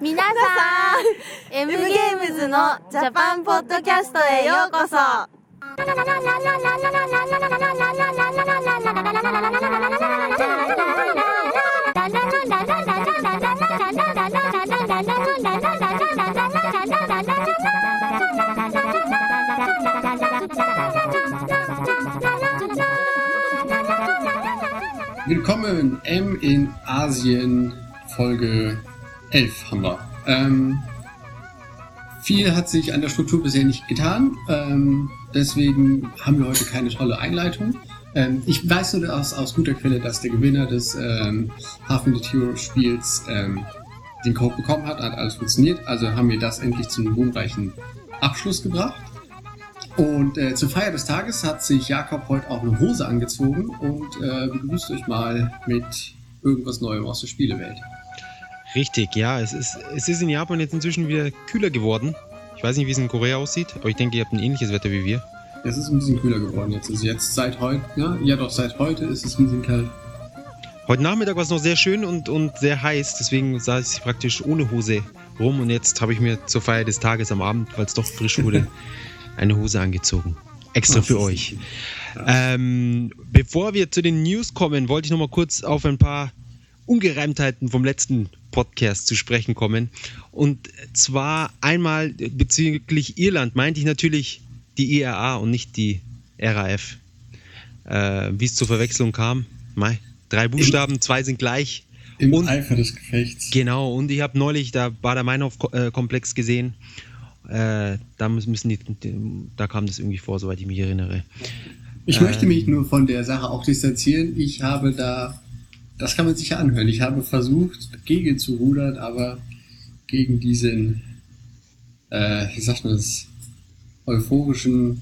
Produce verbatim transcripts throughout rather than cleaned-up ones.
皆さん エム ゲームズのジャパンポッドキャストへようこそ。 Willkommen M in Asien, Folge elf haben wir. Ähm, viel hat sich an der Struktur bisher nicht getan, ähm, deswegen haben wir heute keine tolle Einleitung. Ähm, ich weiß nur aus, aus guter Quelle, dass der Gewinner des ähm, Half-Minute Hero Spiels ähm, den Code bekommen hat, hat alles funktioniert, also haben wir das endlich zum ruhmreichen Abschluss gebracht. Und äh, zur Feier des Tages hat sich Jakob heute auch eine Hose angezogen und äh, begrüßt euch mal mit irgendwas Neuem aus der Spielewelt. Richtig, ja, es ist, es ist in Japan jetzt inzwischen wieder kühler geworden. Ich weiß nicht, wie es in Korea aussieht, aber ich denke, ihr habt ein ähnliches Wetter wie wir. Es ist ein bisschen kühler geworden jetzt. Also jetzt seit heute, ja, ja doch, seit heute ist es ein bisschen kalt. Heute Nachmittag war es noch sehr schön und, und sehr heiß, deswegen saß ich praktisch ohne Hose rum und jetzt habe ich mir zur Feier des Tages am Abend, weil es doch frisch wurde, eine Hose angezogen. Extra für euch. Ja. Ähm, bevor wir zu den News kommen, wollte ich noch mal kurz auf ein paar Ungereimtheiten vom letzten Podcast zu sprechen kommen. Und zwar einmal bezüglich Irland meinte ich natürlich die I R A und nicht die R A F. Äh, wie es zur Verwechslung kam. Mei, drei Buchstaben, Im, zwei sind gleich. Im und, Eifer des Gefechts. Genau, und ich habe neulich da Bader-Meinhof-Komplex gesehen. Äh, da müssen die, da kam das irgendwie vor, soweit ich mich erinnere. Ich äh, möchte mich nur von der Sache auch distanzieren. Ich habe da, das kann man sich ja anhören, ich habe versucht, gegen zu rudern, aber gegen diesen, äh, wie sagt man das, euphorischen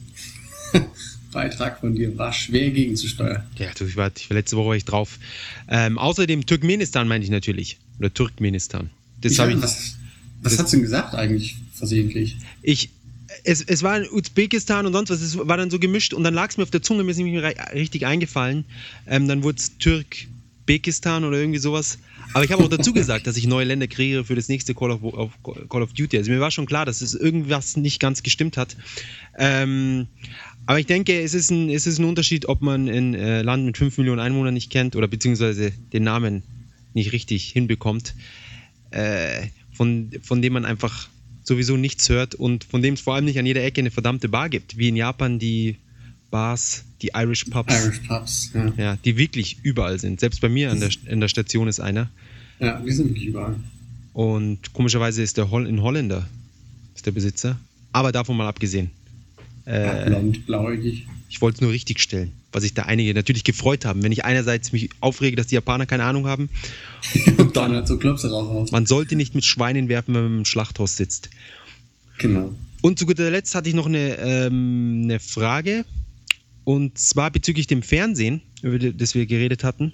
Beitrag von dir war schwer gegenzusteuern. Ja, ich war, ich war letzte Woche war ich drauf. Ähm, außerdem Turkmenistan meinte ich natürlich. Oder Turkmenistan. Das ich habe ich. Was, was hast du denn gesagt eigentlich versehentlich? Ich. Es, es war in Usbekistan und sonst was, es war dann so gemischt und dann lag es mir auf der Zunge, mir ist nicht mehr richtig eingefallen. Ähm, dann wurde es Türkbekistan oder irgendwie sowas. Aber ich habe auch dazu gesagt, dass ich neue Länder kreiere für das nächste Call of, of, Call of Duty. Also mir war schon klar, dass es irgendwas nicht ganz gestimmt hat. Ähm, aber ich denke, es ist ein, es ist ein Unterschied, ob man ein äh, Land mit fünf Millionen Einwohnern nicht kennt oder beziehungsweise den Namen nicht richtig hinbekommt, äh, von, von dem man einfach sowieso nichts hört und von dem es vor allem nicht an jeder Ecke eine verdammte Bar gibt, wie in Japan die Bars, die Irish Pubs. Irish Pubs, ja. Ja, die wirklich überall sind. Selbst bei mir an der, in der Station ist einer. Ja, wir sind wirklich überall. Und komischerweise ist der Holl- ein Holländer, ist der Besitzer. Aber davon mal abgesehen. Äh, ja, blond, blauäugig. Ich wollte es nur richtig stellen, was sich da einige natürlich gefreut haben. Wenn ich einerseits mich aufrege, dass die Japaner keine Ahnung haben. Und dann halt so Klopse raus. Man sollte nicht mit Schweinen werfen, wenn man im Schlachthaus sitzt. Genau. Und zu guter Letzt hatte ich noch eine, ähm, eine Frage. Und zwar bezüglich dem Fernsehen, über das wir geredet hatten.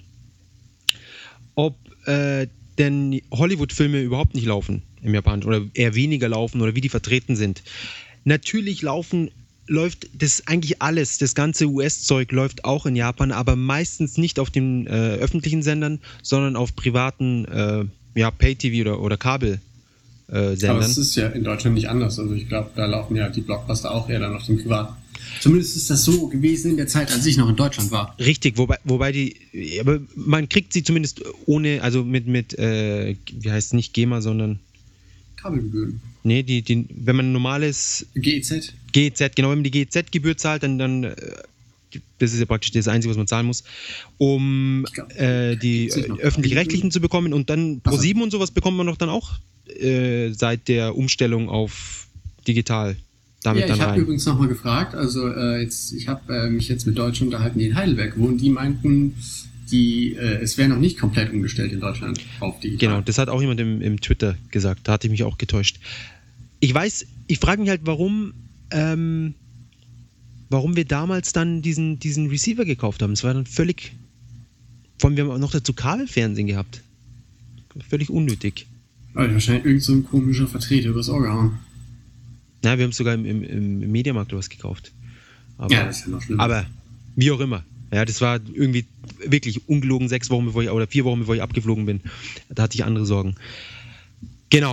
Ob äh, denn Hollywood-Filme überhaupt nicht laufen im Japanischen oder eher weniger laufen oder wie die vertreten sind. Natürlich laufen läuft das eigentlich alles, das ganze U S-Zeug läuft auch in Japan, aber meistens nicht auf den äh, öffentlichen Sendern, sondern auf privaten äh, ja, Pay-T V oder, oder Kabel-Sendern. Aber es ist ja in Deutschland nicht anders. Also ich glaube, da laufen ja die Blockbuster auch eher dann auf dem privaten. Zumindest ist das so gewesen in der Zeit, als ich noch in Deutschland war. Richtig, wobei, wobei die, aber man kriegt sie zumindest ohne, also mit, mit äh, wie heißt es, nicht GEMA, sondern Kabelgebühren. Nee, die, die, wenn man ein normales G E Z. G E Z, genau, wenn man die G E Z-Gebühr zahlt, dann, dann das ist ja praktisch das Einzige, was man zahlen muss, um glaub, äh, die öffentlich-rechtlichen zu bekommen und dann Pro sieben und sowas bekommt man doch dann auch äh, seit der Umstellung auf digital damit ja, dann rein. Ich habe übrigens nochmal gefragt, also äh, jetzt, ich habe äh, mich jetzt mit Deutschen unterhalten, die in Heidelberg wohnen, die meinten, die, äh, es wäre noch nicht komplett umgestellt in Deutschland auf digital. Genau, das hat auch jemand im, im Twitter gesagt, da hatte ich mich auch getäuscht. Ich weiß, ich frage mich halt, warum ähm, warum wir damals dann diesen, diesen Receiver gekauft haben. Es war dann völlig, vor allem wir haben noch dazu Kabelfernsehen gehabt. Völlig unnötig. Weil wahrscheinlich irgend so ein komischer Vertreter übers Ohr gehauen. Ja, wir haben es sogar im, im, im Mediamarkt was gekauft. Aber, ja, das ist ja noch schlimmer. Aber wie auch immer. Ja, das war irgendwie wirklich ungelogen sechs Wochen bevor ich, oder vier Wochen bevor ich abgeflogen bin. Da hatte ich andere Sorgen. Genau.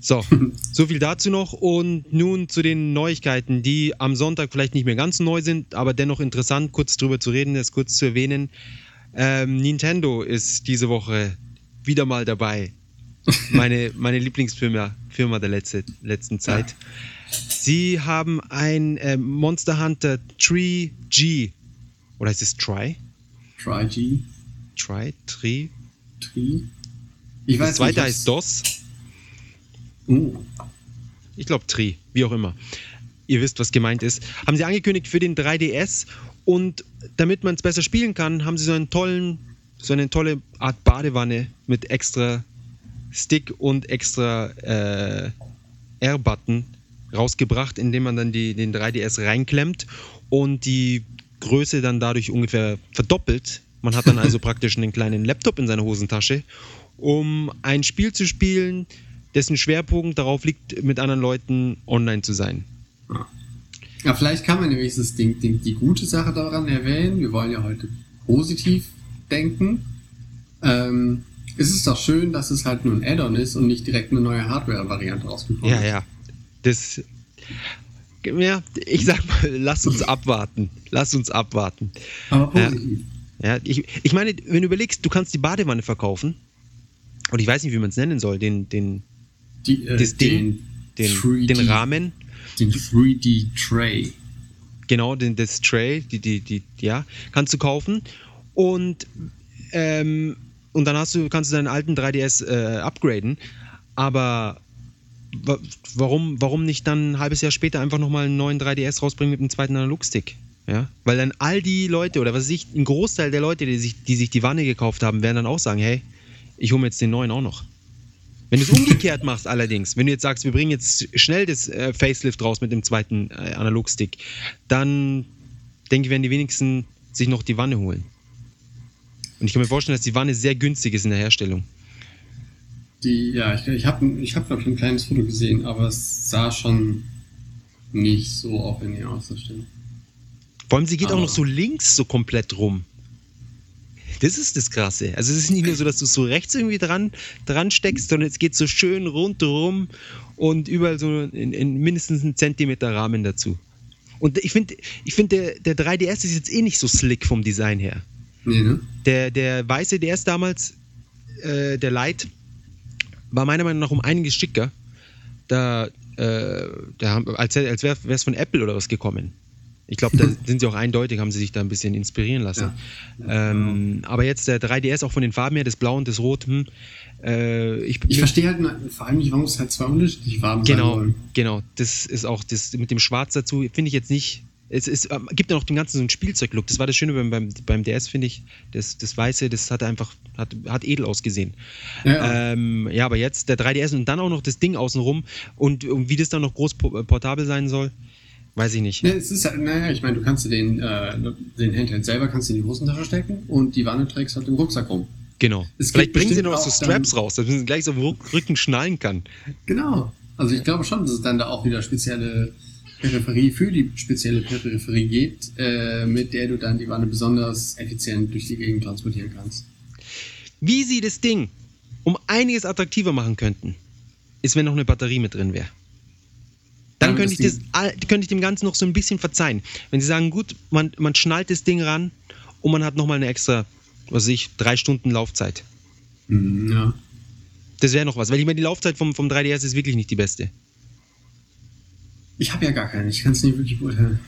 So, so viel dazu noch und nun zu den Neuigkeiten, die am Sonntag vielleicht nicht mehr ganz neu sind, aber dennoch interessant, kurz drüber zu reden, das kurz zu erwähnen. Ähm, Nintendo ist diese Woche wieder mal dabei. Meine, meine Lieblingsfirma Firma der letzte, letzten Zeit. Ja. Sie haben ein äh, Monster Hunter drei G. Oder heißt es Try? drei G. Try? Tri? Tri? Ich weiß das zweite nicht, heißt DOS. Uh. Ich glaube Tri, wie auch immer. Ihr wisst, was gemeint ist. Haben sie angekündigt für den drei D S und damit man es besser spielen kann, haben sie so einen tollen, so eine tolle Art Badewanne mit extra Stick und extra äh, R-Button rausgebracht, indem man dann die, den drei D S reinklemmt und die Größe dann dadurch ungefähr verdoppelt. Man hat dann also praktisch einen kleinen Laptop in seiner Hosentasche, um ein Spiel zu spielen, dessen Schwerpunkt darauf liegt, mit anderen Leuten online zu sein. Ja, ja vielleicht kann man nämlich das Ding, Ding, die gute Sache daran erwähnen. Wir wollen ja heute positiv denken. Ähm, es ist doch schön, dass es halt nur ein Add-on ist und nicht direkt eine neue Hardware-Variante rausgekommen ist. Ja, ja. Das, ja, ich sag mal, lass uns abwarten. Lass uns abwarten. Aber positiv. Ja, ich, ich meine, wenn du überlegst, du kannst die Badewanne verkaufen und ich weiß nicht, wie man es nennen soll, den, den, die, äh, das Ding, den, den, den Rahmen. Den drei D Tray. Genau, den, das Tray, die, die, die, ja, kannst du kaufen und, ähm, und dann hast du, kannst du deinen alten drei D S äh, upgraden, aber wa- warum, warum nicht dann ein halbes Jahr später einfach nochmal einen neuen drei D S rausbringen mit einem zweiten Analogstick? Ja? Weil dann all die Leute, oder was weiß ich, ein Großteil der Leute, die sich, die sich die Wanne gekauft haben, werden dann auch sagen, hey, ich hole mir jetzt den neuen auch noch. Wenn du es umgekehrt machst allerdings, wenn du jetzt sagst, wir bringen jetzt schnell das äh, Facelift raus mit dem zweiten äh, Analogstick, dann denke ich, werden die wenigsten sich noch die Wanne holen. Und ich kann mir vorstellen, dass die Wanne sehr günstig ist in der Herstellung. Die, ja, ich, ich habe, ich hab, glaube ich, ein kleines Foto gesehen, aber es sah schon nicht so aufwendig aus, das stimmt. Vor allem, sie geht aber auch noch so links so komplett rum. Das ist das Krasse. Also es ist nicht nur so, dass du so rechts irgendwie dran, dran steckst, sondern es geht so schön rundherum und überall so in, in mindestens einen Zentimeter Rahmen dazu. Und ich finde, ich find, der, der drei D S ist jetzt eh nicht so slick vom Design her. Nee, ne? Der, der weiße D S damals, äh, der Lite, war meiner Meinung nach um einiges schicker. Da, äh, da als als wäre es von Apple oder was gekommen. Ich glaube, da sind sie auch eindeutig, haben sie sich da ein bisschen inspirieren lassen. Ja. Ähm, aber jetzt der drei D S auch von den Farben her, das Blau und das Rot, hm, äh, ich, ich verstehe halt vor allem nicht, warum es halt zwei unterschiedliche Farben genau, sein sollen. Genau, das ist auch das mit dem Schwarz dazu, finde ich jetzt nicht. Es ist, äh, gibt ja noch dem Ganzen so einen Spielzeuglook. Das war das Schöne beim, beim, beim D S, finde ich. Das, das Weiße, das hat einfach, hat, hat edel ausgesehen. Ja, ja. Ähm, ja, aber jetzt der drei D S und dann auch noch das Ding außenrum und, und wie das dann noch groß portabel sein soll, weiß ich nicht. Ja, es ist halt, naja, ich meine, du kannst dir den, äh, den Handheld selber kannst du in die Hosentasche stecken und die Wanne trägst halt im Rucksack rum. Genau. Es Vielleicht gibt bringen sie bestimmt noch so auch Straps dann- raus, dass man gleich so am Ruck- Rücken schnallen kann. Genau. Also ich glaube schon, dass es dann da auch wieder spezielle Peripherie für die spezielle Peripherie gibt, äh, mit der du dann die Wanne besonders effizient durch die Gegend transportieren kannst. Wie sie das Ding um einiges attraktiver machen könnten, ist, wenn noch eine Batterie mit drin wäre. Dann Ja, könnte ich, das das, all- könnte ich dem Ganzen noch so ein bisschen verzeihen. Wenn sie sagen, gut, man, man schnallt das Ding ran und man hat nochmal eine extra, was weiß ich, drei Stunden Laufzeit. Mhm, ja. Das wäre noch was, weil ich meine, die Laufzeit vom, vom drei D S ist wirklich nicht die beste. Ich habe ja gar keinen, ich kann es nicht wirklich beurteilen.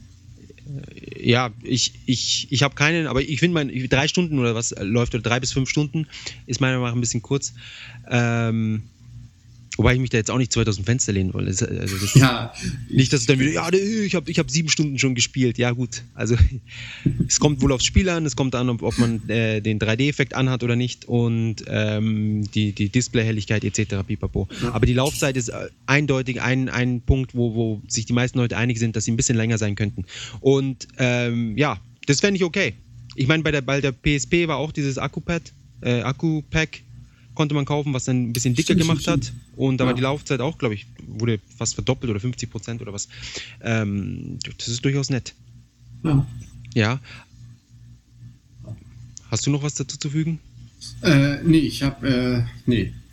Ja, ich, ich, ich habe keinen, aber ich finde, mein drei Stunden oder was läuft, oder drei bis fünf Stunden, ist meiner Meinung nach ein bisschen kurz. Ähm, wobei ich mich da jetzt auch nicht zu weit aus dem Fenster lehnen will. Das, also das Ja, nicht, dass es dann wieder, ja, ich habe ich hab sieben Stunden schon gespielt. Ja, gut. Also, es kommt wohl aufs Spiel an, es kommt an, ob, ob man äh, den drei D-Effekt anhat oder nicht und ähm, die, die Displayhelligkeit et cetera pipapo. Ja. Aber die Laufzeit ist äh, eindeutig ein, ein Punkt, wo, wo sich die meisten Leute einig sind, dass sie ein bisschen länger sein könnten. Und ähm, ja, das fände ich okay. Ich meine, bei der, bei der P S P war auch dieses Akku-Pad, äh, Akku-Pack konnte man kaufen, was dann ein bisschen dicker Stimmt, gemacht stimmt, hat. Und da war Ja. die Laufzeit auch, glaube ich, wurde fast verdoppelt oder fünfzig Prozent oder was. Ähm, das ist durchaus nett. ja. Ja. Hast du noch was dazu zu fügen? Äh, nee, ich habe, äh, nee.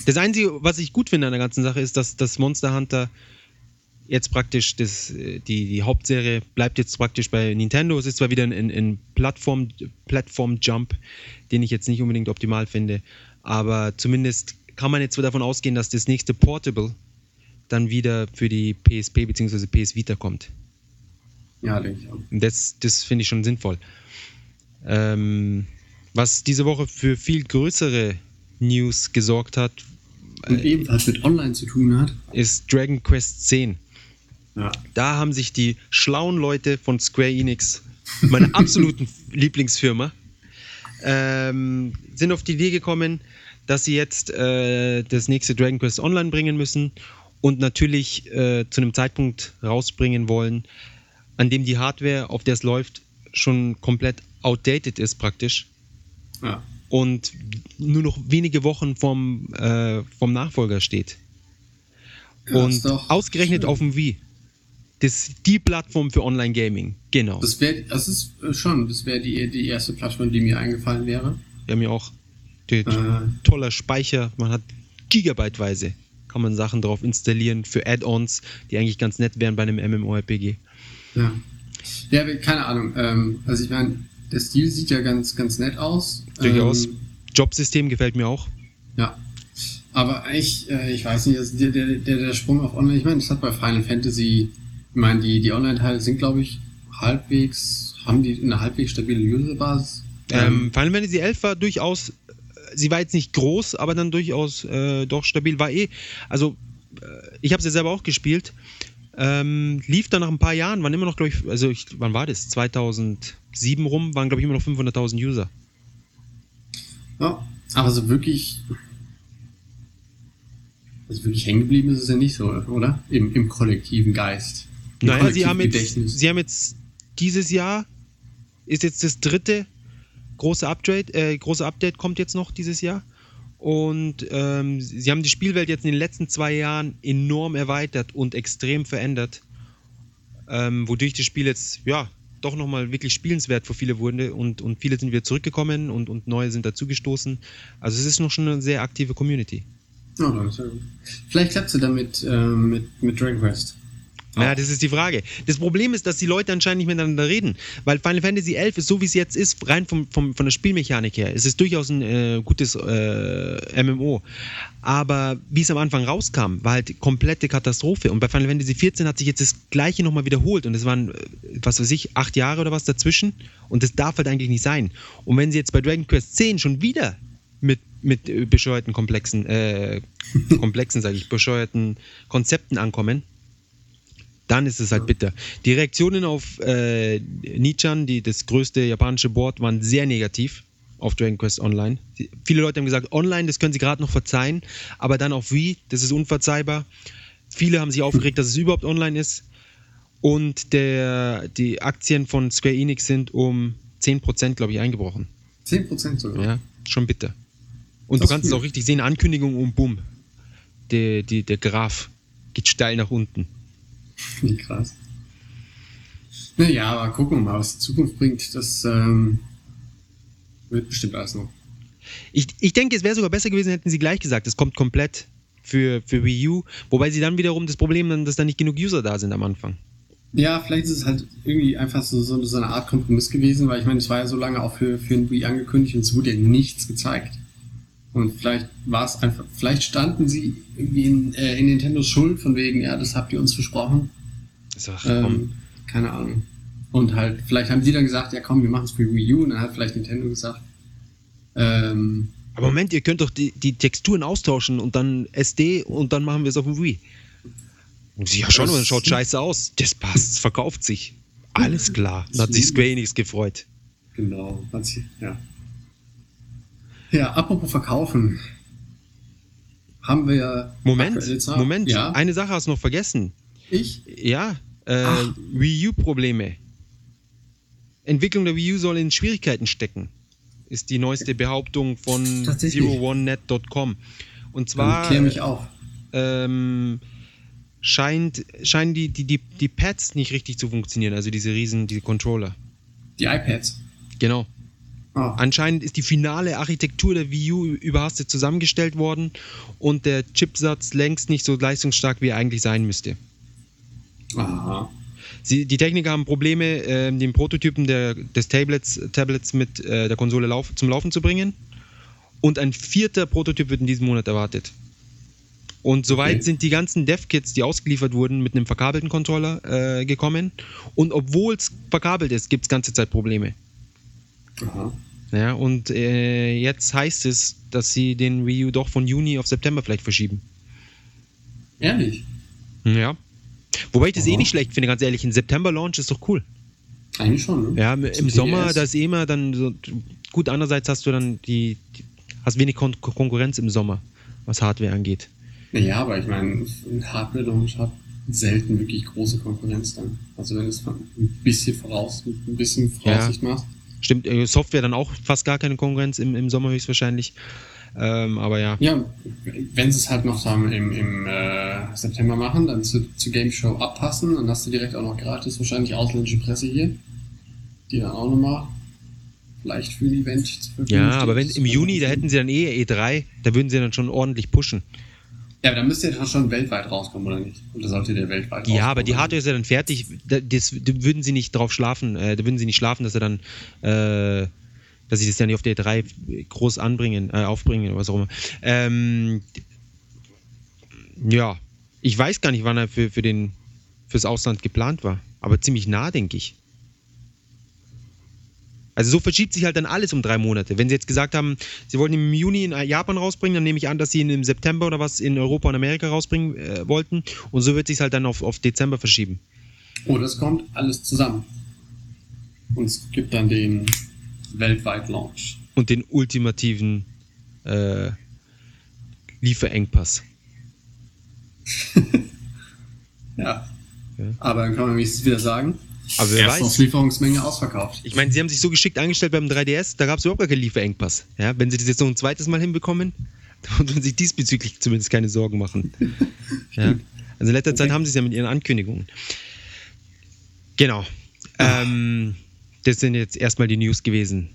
Das Einzige, was ich gut finde an der ganzen Sache, ist, dass das Monster Hunter jetzt praktisch, das, die, die Hauptserie bleibt jetzt praktisch bei Nintendo. Es ist zwar wieder ein, ein Plattform, Plattform-Jump, den ich jetzt nicht unbedingt optimal finde, aber zumindest kann man jetzt davon ausgehen, dass das nächste Portable dann wieder für die P S P bzw. P S Vita kommt. Ja, denke ich auch. Das, das finde ich schon sinnvoll. Ähm, was diese Woche für viel größere News gesorgt hat, Und äh, ebenfalls mit Online zu tun hat, ist Dragon Quest zehn. Ja. Da haben sich die schlauen Leute von Square Enix, meiner absoluten Lieblingsfirma, ähm, sind auf die Idee gekommen, dass sie jetzt äh, das nächste Dragon Quest Online bringen müssen und natürlich äh, zu einem Zeitpunkt rausbringen wollen, an dem die Hardware, auf der es läuft, schon komplett outdated ist praktisch. Ja. Und nur noch wenige Wochen vom, äh, vom Nachfolger steht. Ja, und ist doch ausgerechnet schön. auf dem Wii. Das ist die Plattform für Online-Gaming. Genau. Das wäre, das ist äh, schon, das wäre die, die erste Plattform, die mir eingefallen wäre. Wir haben ja auch die, Äh. toller Speicher. Man hat gigabyteweise, kann man Sachen drauf installieren für Add-ons, die eigentlich ganz nett wären bei einem MMORPG. Ja. Ja, keine Ahnung. Ähm, also ich meine, der Stil sieht ja ganz, ganz nett aus. Durchaus. Ähm, Jobsystem gefällt mir auch. ja. Aber ich, äh, ich weiß nicht, also der, der, der, der Sprung auf Online, ich meine, das hat bei Final Fantasy, ich meine, die, die Online-Teile sind, glaube ich, halbwegs, haben die eine halbwegs stabile Userbasis. Ähm, Final Fantasy elf war durchaus, sie war jetzt nicht groß, aber dann durchaus äh, doch stabil. War eh, also äh, ich habe sie selber auch gespielt. Ähm, lief dann nach ein paar Jahren, waren immer noch, glaube ich, also ich, wann war das? zweitausendsieben rum, waren, glaube ich, immer noch fünfhunderttausend User. Ja, aber so wirklich, also wirklich hängen geblieben ist es ja nicht so, oder? Im, im kollektiven Geist. Im Naja, sie haben, jetzt, Gedächtnis. sie haben jetzt dieses Jahr, ist jetzt das dritte große Update, äh, große Update kommt jetzt noch dieses Jahr. Und ähm, sie haben die Spielwelt jetzt in den letzten zwei Jahren enorm erweitert und extrem verändert, ähm, wodurch das Spiel jetzt, ja, doch nochmal wirklich spielenswert für viele wurde und, und viele sind wieder zurückgekommen und, und neue sind dazugestoßen. Also es ist noch schon eine sehr aktive Community. Oh, das ist ja gut. Vielleicht klappt es ja damit äh, mit, mit Dragon Quest. Naja, das ist die Frage. Das Problem ist, dass die Leute anscheinend nicht miteinander reden, weil Final Fantasy elf ist so, wie es jetzt ist, rein vom, vom, von der Spielmechanik her. Es ist durchaus ein äh, gutes äh, M M O, aber wie es am Anfang rauskam, war halt komplette Katastrophe und bei Final Fantasy vierzehn hat sich jetzt das Gleiche nochmal wiederholt und es waren, was weiß ich, acht Jahre oder was dazwischen und das darf halt eigentlich nicht sein. Und wenn sie jetzt bei Dragon Quest zehn schon wieder mit, mit bescheuerten Komplexen, äh, Komplexen, sage ich, bescheuerten Konzepten ankommen, dann ist es halt bitter. Die Reaktionen auf äh, Nichan, die, das größte japanische Board, waren sehr negativ auf Dragon Quest Online. Die, viele Leute haben gesagt, online, das können sie gerade noch verzeihen, aber dann auf Wii, das ist unverzeihbar. Viele haben sich aufgeregt, dass es überhaupt online ist. Und der, die Aktien von Square Enix sind um zehn Prozent, glaube ich, eingebrochen. zehn Prozent sogar? Ja, schon bitter. Und Das du kannst ist es auch richtig sehen, Ankündigung und bumm. Der, die, der Graph geht steil nach unten. Wie krass. Naja, aber gucken wir mal, was die Zukunft bringt. Das ähm, wird bestimmt alles noch. Ich, ich denke, es wäre sogar besser gewesen, hätten sie gleich gesagt, es kommt komplett für, für Wii U, wobei sie dann wiederum das Problem haben, dass da nicht genug User da sind am Anfang. Ja, vielleicht ist es halt irgendwie einfach so, so, so eine Art Kompromiss gewesen, weil ich meine, es war ja so lange auch für, für ein Wii angekündigt und es wurde ja nichts gezeigt. Und vielleicht war es einfach, vielleicht standen sie irgendwie in, äh, in Nintendos Schuld, von wegen, ja, das habt ihr uns versprochen. Ach, ähm, keine Ahnung. Und halt, vielleicht haben die dann gesagt, ja komm, wir machen es für Wii U, und dann hat vielleicht Nintendo gesagt, ähm, aber Moment, ihr könnt doch die, die Texturen austauschen und dann S D und dann machen wir es auf dem Wii. Und sie, ja schon, aber das schaut scheiße aus. Das passt, verkauft sich. Alles klar. Dann hat sich Square Enix gefreut. Genau, hat sie, ja. Ja, apropos verkaufen. Haben wir ja. Moment, aktuelle Zahlen. Moment, Ja, eine Sache hast du noch vergessen. ich? Ja, äh, Ach. Wii U-Probleme. Entwicklung der Wii U soll in Schwierigkeiten stecken, ist die neueste Behauptung von Tatsächlich. zero one net dot com. Und Dann zwar klär mich auf. ähm, scheint, scheinen die, die, die, die Pads nicht richtig zu funktionieren, also diese riesen, diese Controller. Die iPads. Genau. Oh. Anscheinend ist die finale Architektur der Wii U überhastet zusammengestellt worden und der Chipsatz längst nicht so leistungsstark, wie er eigentlich sein müsste. Aha. Sie, die Techniker haben Probleme, äh, den Prototypen der, des Tablets, Tablets mit äh, der Konsole lauf, zum Laufen zu bringen. Und ein vierter Prototyp wird in diesem Monat erwartet. Und soweit Okay. sind die ganzen Dev-Kits, die ausgeliefert wurden, mit einem verkabelten Controller äh, gekommen. Und obwohl es verkabelt ist, gibt es ganze Zeit Probleme. Aha. Ja, und äh, jetzt heißt es, dass sie den Wii U doch von Juni auf September vielleicht verschieben. Ehrlich? Ja. Wobei ich das Aha. eh nicht schlecht finde, ganz ehrlich. Ein September-Launch ist doch cool. Eigentlich schon, ne? Ja, im Zum Sommer, P D S. da ist eh immer dann so. Gut, andererseits hast du dann die. die hast wenig Kon Konkurrenz im Sommer, was Hardware angeht. Naja, aber ich meine, ein Hardware-Launch hat selten wirklich große Konkurrenz dann. Also wenn du es ein bisschen voraus, ein bisschen Voraussicht machst. Stimmt, äh, Software dann auch fast gar keine Konkurrenz im, im Sommer höchstwahrscheinlich. Ähm, aber ja. Ja, wenn sie es halt noch dann im, im äh, September machen, dann zu, zu Game Show abpassen, dann hast du direkt auch noch gratis wahrscheinlich ausländische Presse hier, die dann auch nochmal vielleicht für ein Event zur Verfügung Ja, steht. aber wenn Das im kann Juni, man da sehen. hätten sie dann eh E drei, da würden sie dann schon ordentlich pushen. Ja, aber dann müsste ja schon weltweit rauskommen, oder nicht? Oder sollte der weltweit rauskommen? Ja, aber die Hardware ist ja dann fertig. Da, das, da würden sie nicht drauf schlafen. Äh, da würden sie nicht schlafen, dass sie dann, äh, dass sie das dann nicht auf der E drei groß anbringen, äh, aufbringen oder was auch immer. Ähm, ja, ich weiß gar nicht, wann er für, für den, fürs Ausland geplant war. Aber ziemlich nah, denke ich. Also so verschiebt sich halt dann alles um drei Monate. Wenn sie jetzt gesagt haben, sie wollten ihn im Juni in Japan rausbringen, dann nehme ich an, dass sie ihn im September oder was in Europa und Amerika rausbringen äh, wollten. Und so wird sich halt dann auf, auf Dezember verschieben. Oh, das kommt alles zusammen. Und es gibt dann den weltweit Launch. Und den ultimativen äh, Lieferengpass. Ja. Ja. Aber dann kann man wenigstens wieder sagen, Aber wer weiß. Erstauflieferungsmenge ausverkauft. Ich meine, sie haben sich so geschickt angestellt beim drei D S, da gab es überhaupt gar keinen Lieferengpass. Ja, wenn sie das jetzt noch ein zweites Mal hinbekommen, dann würden sie sich diesbezüglich zumindest keine Sorgen machen. Ja. Also in letzter Okay. Zeit haben sie es ja mit ihren Ankündigungen. Genau. Ähm, das sind jetzt erstmal die News gewesen.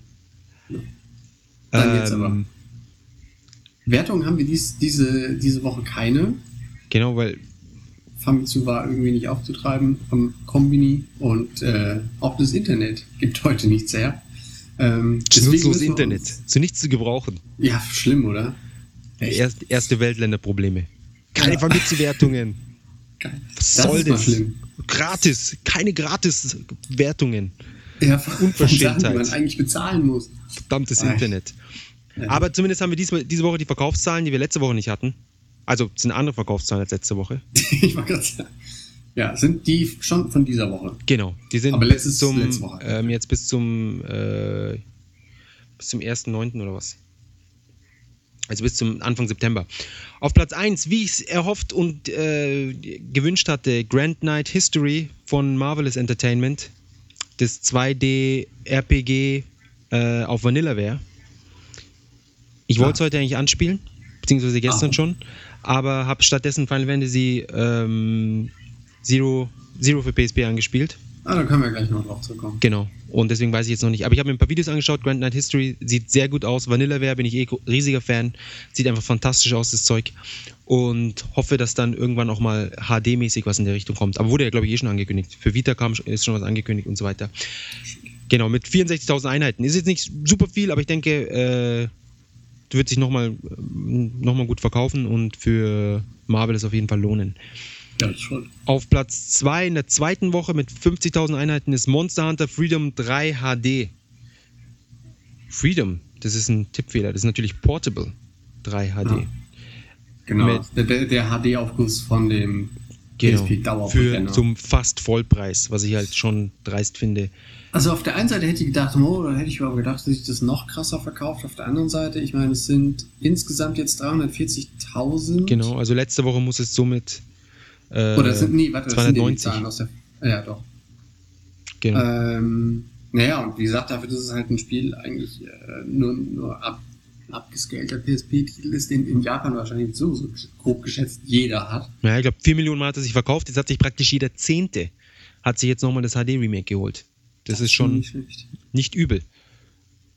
Dann jetzt Ähm, aber. Wertungen haben wir dies, diese, diese Woche keine. Genau, weil Famitsu war irgendwie nicht aufzutreiben vom Kombini und äh, auch das Internet gibt heute nichts her. Ähm, das deswegen nutzlose müssen wir Internet. uns- Zu nichts zu gebrauchen. Ja, schlimm, oder? Echt? Erst, erste Weltländerprobleme. Keine Ja. Vermitzelwertungen. Geil. Was Das soll ist mal das? schlimm. Gratis. Keine Gratis-Wertungen. Ja, von von Unverschämtheit. Sachen, die man eigentlich bezahlen muss. Verdammtes Ach. Internet. Ja. Aber zumindest haben wir diesmal, diese Woche die Verkaufszahlen, die wir letzte Woche nicht hatten. Also es sind andere Verkaufszahlen als letzte Woche. Ich war gerade sagen. Ja, sind die schon von dieser Woche. Genau. Die sind Aber bis letztes- zum letzte Woche. ähm, jetzt bis zum äh, bis zum ersten neunten oder was. Also bis zum Anfang September. Auf Platz eins, wie ich es erhofft und äh, gewünscht hatte, Grand Knight History von Marvelous Entertainment. Das zwei D R P G äh, auf Vanillaware. Ich wollte es Ah. heute eigentlich anspielen, beziehungsweise gestern Ah. schon, aber habe stattdessen Final Fantasy ähm, Zero, Zero für P S P angespielt. Ah, da können wir gleich noch drauf zurückkommen. Genau. Und deswegen weiß ich jetzt noch nicht. Aber ich habe mir ein paar Videos angeschaut. Grand Knight History sieht sehr gut aus. Vanillaware bin ich eh riesiger Fan. Sieht einfach fantastisch aus, das Zeug. Und hoffe, dass dann irgendwann auch mal H D-mäßig was in der Richtung kommt. Aber wurde ja, glaube ich, eh schon angekündigt. Für Vita kam, ist schon was angekündigt und so weiter. Genau, mit vierundsechzigtausend Einheiten. Ist jetzt nicht super viel, aber ich denke, äh, wird sich nochmal noch mal gut verkaufen und für Marvel es auf jeden Fall lohnen. Ja, das ist schon. Auf Platz zwei in der zweiten Woche mit fünfzigtausend Einheiten ist Monster Hunter Freedom drei H D. Freedom, das ist ein Tippfehler. Das ist natürlich Portable drei H D. Ah, Genau. Mit- Der, der, der H D-Aufguss von dem Genau. P S P-Dauerbrenner. Für zum fast Vollpreis, was ich halt schon dreist finde. Also auf der einen Seite hätte ich gedacht, oh, da hätte ich aber gedacht, dass sich das noch krasser verkauft. Auf der anderen Seite, ich meine, es sind insgesamt jetzt dreihundertvierzigtausend. Genau, also letzte Woche muss es somit äh, Oder sind, nee, warte, das sind die zweihundertneunzig. Zahlen aus der... Ja, doch. Genau. Ähm, naja, und wie gesagt, dafür, dass es halt ein Spiel eigentlich äh, nur, nur ab, ein abgescalter P S P-Titel ist, den in Japan wahrscheinlich so, so grob geschätzt jeder hat. Ja, ich glaube, vier Millionen Mal hat er sich verkauft. Jetzt hat sich praktisch jeder Zehnte hat sich jetzt nochmal das H D-Remake geholt. Das ist schon Nicht schlecht. nicht übel.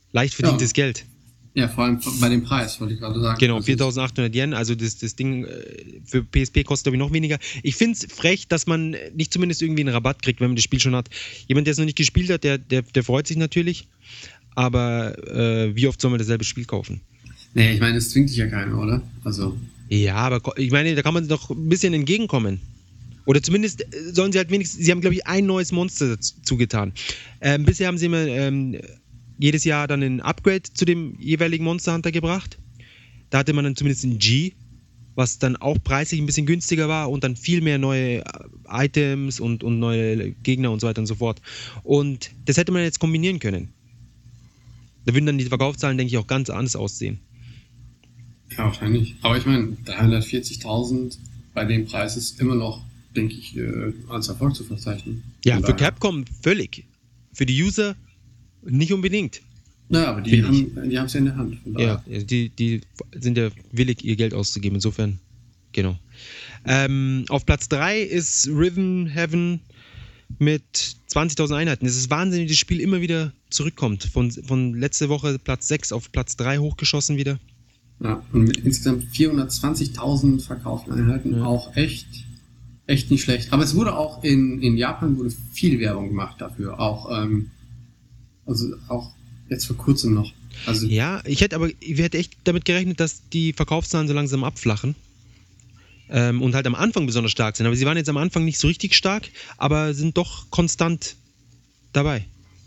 leicht verdientes Ja. Geld. Ja, vor allem bei dem Preis, wollte ich gerade sagen. Genau, Also, viertausendachthundert Yen, also das, das Ding äh, für P S P kostet, glaube ich, noch weniger. Ich finde es frech, dass man nicht zumindest irgendwie einen Rabatt kriegt, wenn man das Spiel schon hat. Jemand, der es noch nicht gespielt hat, der, der, der freut sich natürlich, aber äh, wie oft soll man dasselbe Spiel kaufen? Nee, ich meine, das zwingt dich ja keiner, oder? Also, Ja, aber ko- ich meine, da kann man doch ein bisschen entgegenkommen. Oder zumindest äh, sollen sie halt wenigstens, sie haben, glaube ich, ein neues Monster dazu zugetan. Ähm, bisher haben sie immer ähm, jedes Jahr dann ein Upgrade zu dem jeweiligen Monster Hunter gebracht. Da hatte man dann zumindest ein G, was dann auch preislich ein bisschen günstiger war und dann viel mehr neue äh, Items und, und neue Gegner und so weiter und so fort. Und das hätte man jetzt kombinieren können. Da würden dann die Verkaufszahlen, denke ich, auch ganz anders aussehen. ja, wahrscheinlich. Aber ich meine, dreihundertvierzigtausend bei dem Preis ist immer noch, denke ich, äh, als Erfolg zu verzeichnen. Ja, Von für daher- Capcom völlig. Für die User nicht unbedingt. Naja, aber die Find haben die haben es ja in der Hand. Von daher. Ja, die, die sind ja willig, ihr Geld auszugeben. Insofern, genau. Ähm, auf Platz drei ist Rhythm Heaven mit zwanzigtausend Einheiten. Es ist wahnsinnig, wie das Spiel immer wieder zurückkommt. Von, von letzte Woche Platz sechs auf Platz drei hochgeschossen wieder. Ja, und mit insgesamt vierhundertzwanzigtausend verkauften Einheiten Ja. auch echt, echt nicht schlecht. Aber es wurde auch in, in Japan wurde viel Werbung gemacht dafür. Auch, ähm, also auch jetzt vor kurzem noch. Also Ja, ich hätte aber, ich hätte echt damit gerechnet, dass die Verkaufszahlen so langsam abflachen. Ähm, und halt am Anfang besonders stark sind. Aber sie waren jetzt am Anfang nicht so richtig stark, aber sind doch konstant dabei.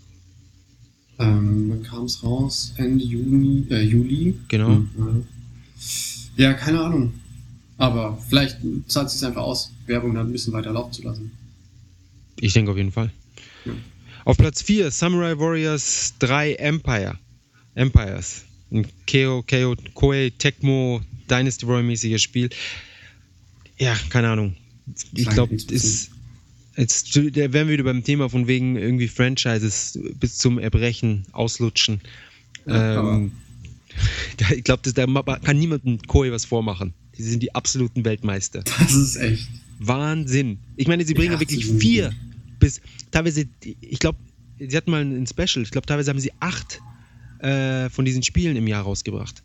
ähm, wann kam es raus? Ende Juni, äh, Juli. Genau. Mhm. Ja, keine Ahnung. Aber vielleicht zahlt es sich einfach aus, Werbung dann ein bisschen weiter laufen zu lassen. Ich denke auf jeden Fall. Ja. Auf Platz vier Samurai Warriors drei Empire. Empires. Ein Keo, Keo, Koei, Tecmo, Dynasty Warrior mäßiges Spiel. Ja, keine Ahnung. Ich Klein glaube, nichts ist jetzt da wären wir wieder beim Thema von wegen irgendwie Franchises bis zum Erbrechen auslutschen. Ja, aber- ähm, da, ich glaube, da ma- kann niemandem Koei was vormachen. Die sind die absoluten Weltmeister. Das ist echt. Wahnsinn. Ich meine, sie bringen Ja, wirklich sie sind- vier bis teilweise, ich glaube, sie hatten mal ein Special, ich glaube, teilweise haben sie acht äh, von diesen Spielen im Jahr rausgebracht.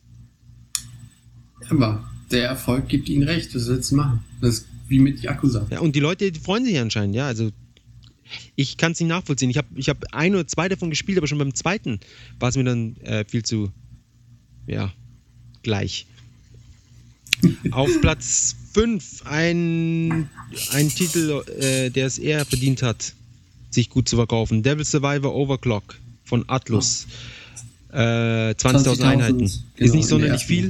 Aber der Erfolg gibt ihnen recht. Was willst du machen? Das ist wie mit Yakuza. Ja, und die Leute die freuen sich anscheinend, ja, also ich kann es nicht nachvollziehen. Ich habe ich hab ein oder zwei davon gespielt, aber schon beim zweiten war es mir dann äh, viel zu, ja, gleich. Auf Platz fünf ein, ein Titel, äh, der es eher verdient hat, sich gut zu verkaufen. Devil Survivor Overclock von Atlus. Äh, zwanzigtausend Einheiten. genau, Ist in nicht der sonderlich ersten viel, Woche.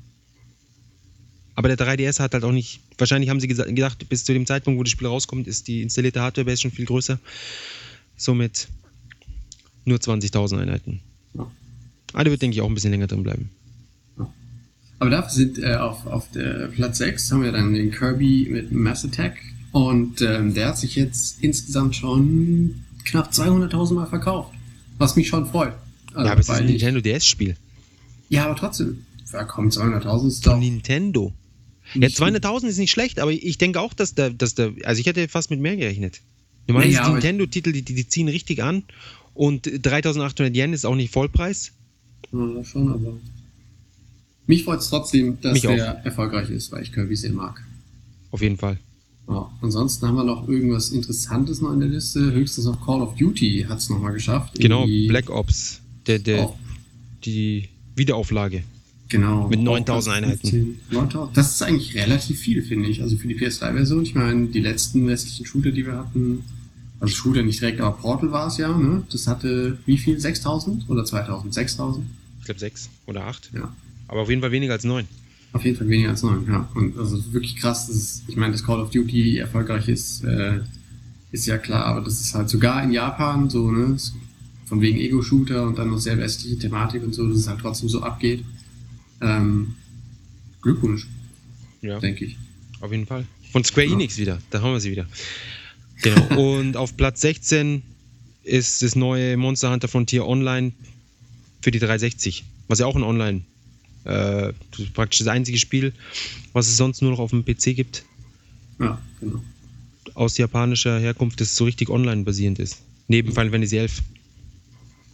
aber der drei D S hat halt auch nicht, wahrscheinlich haben sie gesa- gedacht, bis zu dem Zeitpunkt, wo das Spiel rauskommt, ist die installierte Hardware-Base schon viel größer. Somit nur zwanzigtausend Einheiten. Ja. Aber der wird, denke ich, auch ein bisschen länger drin bleiben. Aber dafür sind äh, auf, auf der Platz sechs haben wir dann den Kirby mit Mass Attack. Und ähm, der hat sich jetzt insgesamt schon knapp zweihunderttausend Mal verkauft. Was mich schon freut. Also, Ja, aber es ist weil ein ich- Nintendo D S-Spiel. Ja, aber trotzdem. Ja, komm, zweihunderttausend ist Von doch Nintendo. Ja, nicht zweihunderttausend ist nicht schlecht, aber ich denke auch, dass der, dass der, also ich hätte fast mit mehr gerechnet. Normalerweise Naja, die aber- Nintendo-Titel, die, die ziehen richtig an und dreitausendachthundert Yen ist auch nicht Vollpreis. Ja, schon, aber mich freut es trotzdem, dass Mich der erfolgreich ist, weil ich Kirby sehr mag. Auf jeden Fall. Ja, ansonsten haben wir noch irgendwas Interessantes noch in der Liste. Höchstens noch Call of Duty hat es nochmal geschafft. Genau, Irgendwie Black Ops, der, der, auf- die Wiederauflage. Genau. Mit auf neuntausend Platz Einheiten. fünfzehn. neuntausend. Das ist eigentlich relativ viel, finde ich. Also für die P S drei Version. Ich meine, die letzten westlichen Shooter, die wir hatten, also Shooter nicht direkt, aber Portal war es ja, ne? Das hatte wie viel? sechstausend oder zweitausend? sechstausend? Ich glaube sechs oder acht. Ja. Aber auf jeden Fall weniger als neun. Auf jeden Fall weniger als neun, ja. Und also wirklich krass, das ist, ich meine, dass Call of Duty erfolgreich ist, äh, ist ja klar, aber das ist halt sogar in Japan so, ne? Von wegen Ego-Shooter und dann noch sehr westliche Thematik und so, dass es halt trotzdem so abgeht. Ähm, Glückwunsch, Ja, denke ich. auf jeden Fall. Von Square Ja. Enix wieder, da haben wir sie wieder. Genau. Und auf Platz sechzehn ist das neue Monster Hunter Frontier Online für die dreihundertsechzig. Was ja auch ein Online, äh, das ist praktisch das einzige Spiel, was es sonst nur noch auf dem P C gibt, Ja, genau. aus japanischer Herkunft, das so richtig online basierend ist. Neben Final Fantasy elf.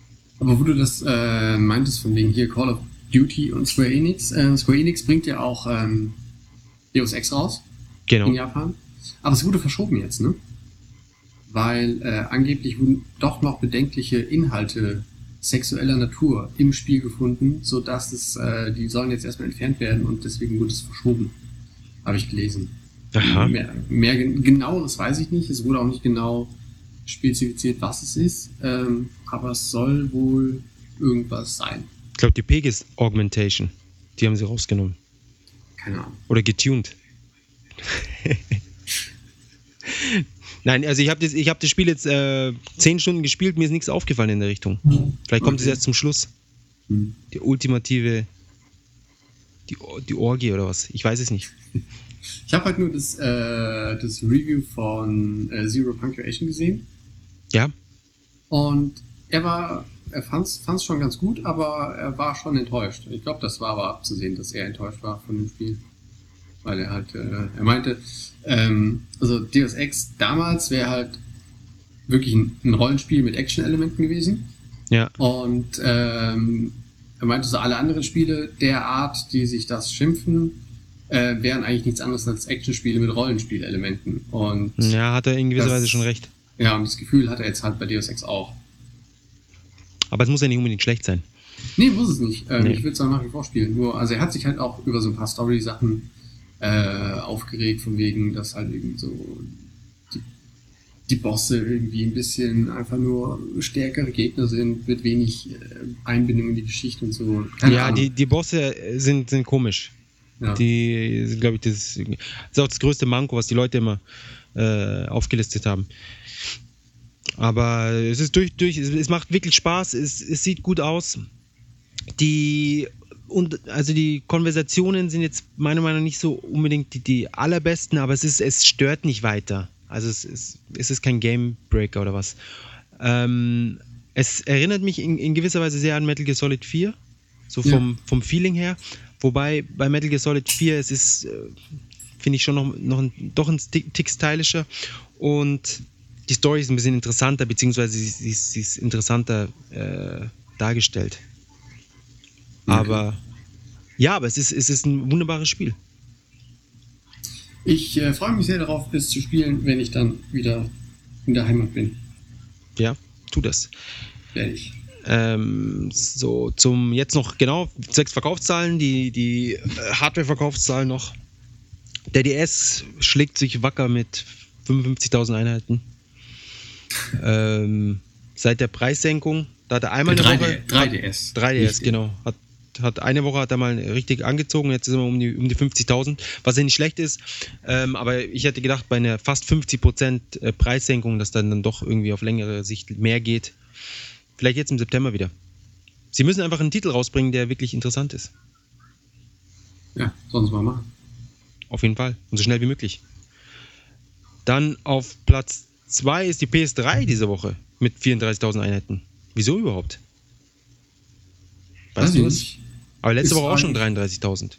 Aber wo du das äh, meintest, von wegen hier Call of Duty und Square Enix, äh, Square Enix bringt ja auch ähm, Deus Ex raus Genau. in Japan. Aber es wurde verschoben jetzt, ne? Weil äh, angeblich wurden doch noch bedenkliche Inhalte sexueller Natur im Spiel gefunden, sodass es, äh, die sollen jetzt erstmal entfernt werden und deswegen wurde es verschoben. Habe ich gelesen. Aha. Mehr, mehr gen- genaueres weiß ich nicht. Es wurde auch nicht genau spezifiziert, was es ist. Ähm, aber es soll wohl irgendwas sein. Ich glaube, die Pegasus Augmentation, die haben sie rausgenommen. Keine Ahnung. Oder getuned. Nein, also ich habe das, ich hab das Spiel jetzt äh, zehn Stunden gespielt, mir ist nichts aufgefallen in der Richtung. Vielleicht kommt es Okay. erst zum Schluss. Hm. Die ultimative, die, die Orgie oder was? Ich weiß es nicht. Ich habe halt nur das, äh, das Review von äh, Zero Punctuation gesehen. Ja? Und er war, er fand es schon ganz gut, aber er war schon enttäuscht. Ich glaube, das war aber abzusehen, dass er enttäuscht war von dem Spiel. Weil er halt, äh, er meinte, ähm, also Deus Ex damals wäre halt wirklich ein, ein Rollenspiel mit Action-Elementen gewesen. Ja. Und ähm, er meinte, so alle anderen Spiele der Art, die sich das schimpfen, äh, wären eigentlich nichts anderes als Actionspiele mit Rollenspielelementen. Und Ja, hat er in gewisser Das- Weise schon recht. ja, und das Gefühl hat er jetzt halt bei Deus Ex auch. Aber es muss ja nicht unbedingt schlecht sein. Nee, muss es nicht. Ähm, Nee. Ich würde es auch nach wie vor spielen. Nur, also er hat sich halt auch über so ein paar Story-Sachen äh, aufgeregt, von wegen, dass halt irgendwie so die, die Bosse irgendwie ein bisschen einfach nur stärkere Gegner sind, mit wenig äh, Einbindung in die Geschichte und so. Keine ja, Ahnung. die, die Bosse sind, sind komisch. ja. Die sind, glaube ich, das, das ist auch das größte Manko, was die Leute immer äh, aufgelistet haben. Aber es ist durch, durch, es, es macht wirklich Spaß, es, es sieht gut aus. Die und also die Konversationen sind jetzt meiner Meinung nach nicht so unbedingt die, die allerbesten, aber es ist, es stört nicht weiter. Also es ist, es ist kein Game Breaker oder was. Ähm, es erinnert mich in, in gewisser Weise sehr an Metal Gear Solid vier, so vom, vom Feeling her. Wobei bei Metal Gear Solid vier es ist, äh, finde ich schon noch, noch ein, doch ein Tick, Tick stylischer und die Story ist ein bisschen interessanter, beziehungsweise sie, sie, sie ist interessanter äh, dargestellt. Okay. Aber ja, aber es ist, es ist ein wunderbares Spiel. Ich äh, freue mich sehr darauf, es zu spielen, wenn ich dann wieder in der Heimat bin. Ja, tu das. Werde ich. Ähm, so, zum jetzt noch genau sechs Verkaufszahlen, die, die äh, Hardware-Verkaufszahlen noch. Der D S schlägt sich wacker mit fünfundfünfzigtausend Einheiten. Ähm, seit der Preissenkung, da hat er einmal eine Woche. drei D S. drei D S, Nicht- genau. Hat, hat eine Woche hat er mal richtig angezogen, jetzt sind wir um die, um die fünfzigtausend, was ja nicht schlecht ist. Ähm, aber ich hätte gedacht, bei einer fast fünfzig Prozent Preissenkung, dass dann, dann doch irgendwie auf längere Sicht mehr geht. Vielleicht jetzt im September wieder. Sie müssen einfach einen Titel rausbringen, der wirklich interessant ist. Ja, sollen sie mal machen. Auf jeden Fall. Und so schnell wie möglich. Dann auf Platz zwei ist die P S drei diese Woche mit vierunddreißigtausend Einheiten. Wieso überhaupt? Weißt Weiß du ich was? nicht. Aber letzte Ist Woche auch schon eigentlich- dreiunddreißigtausend.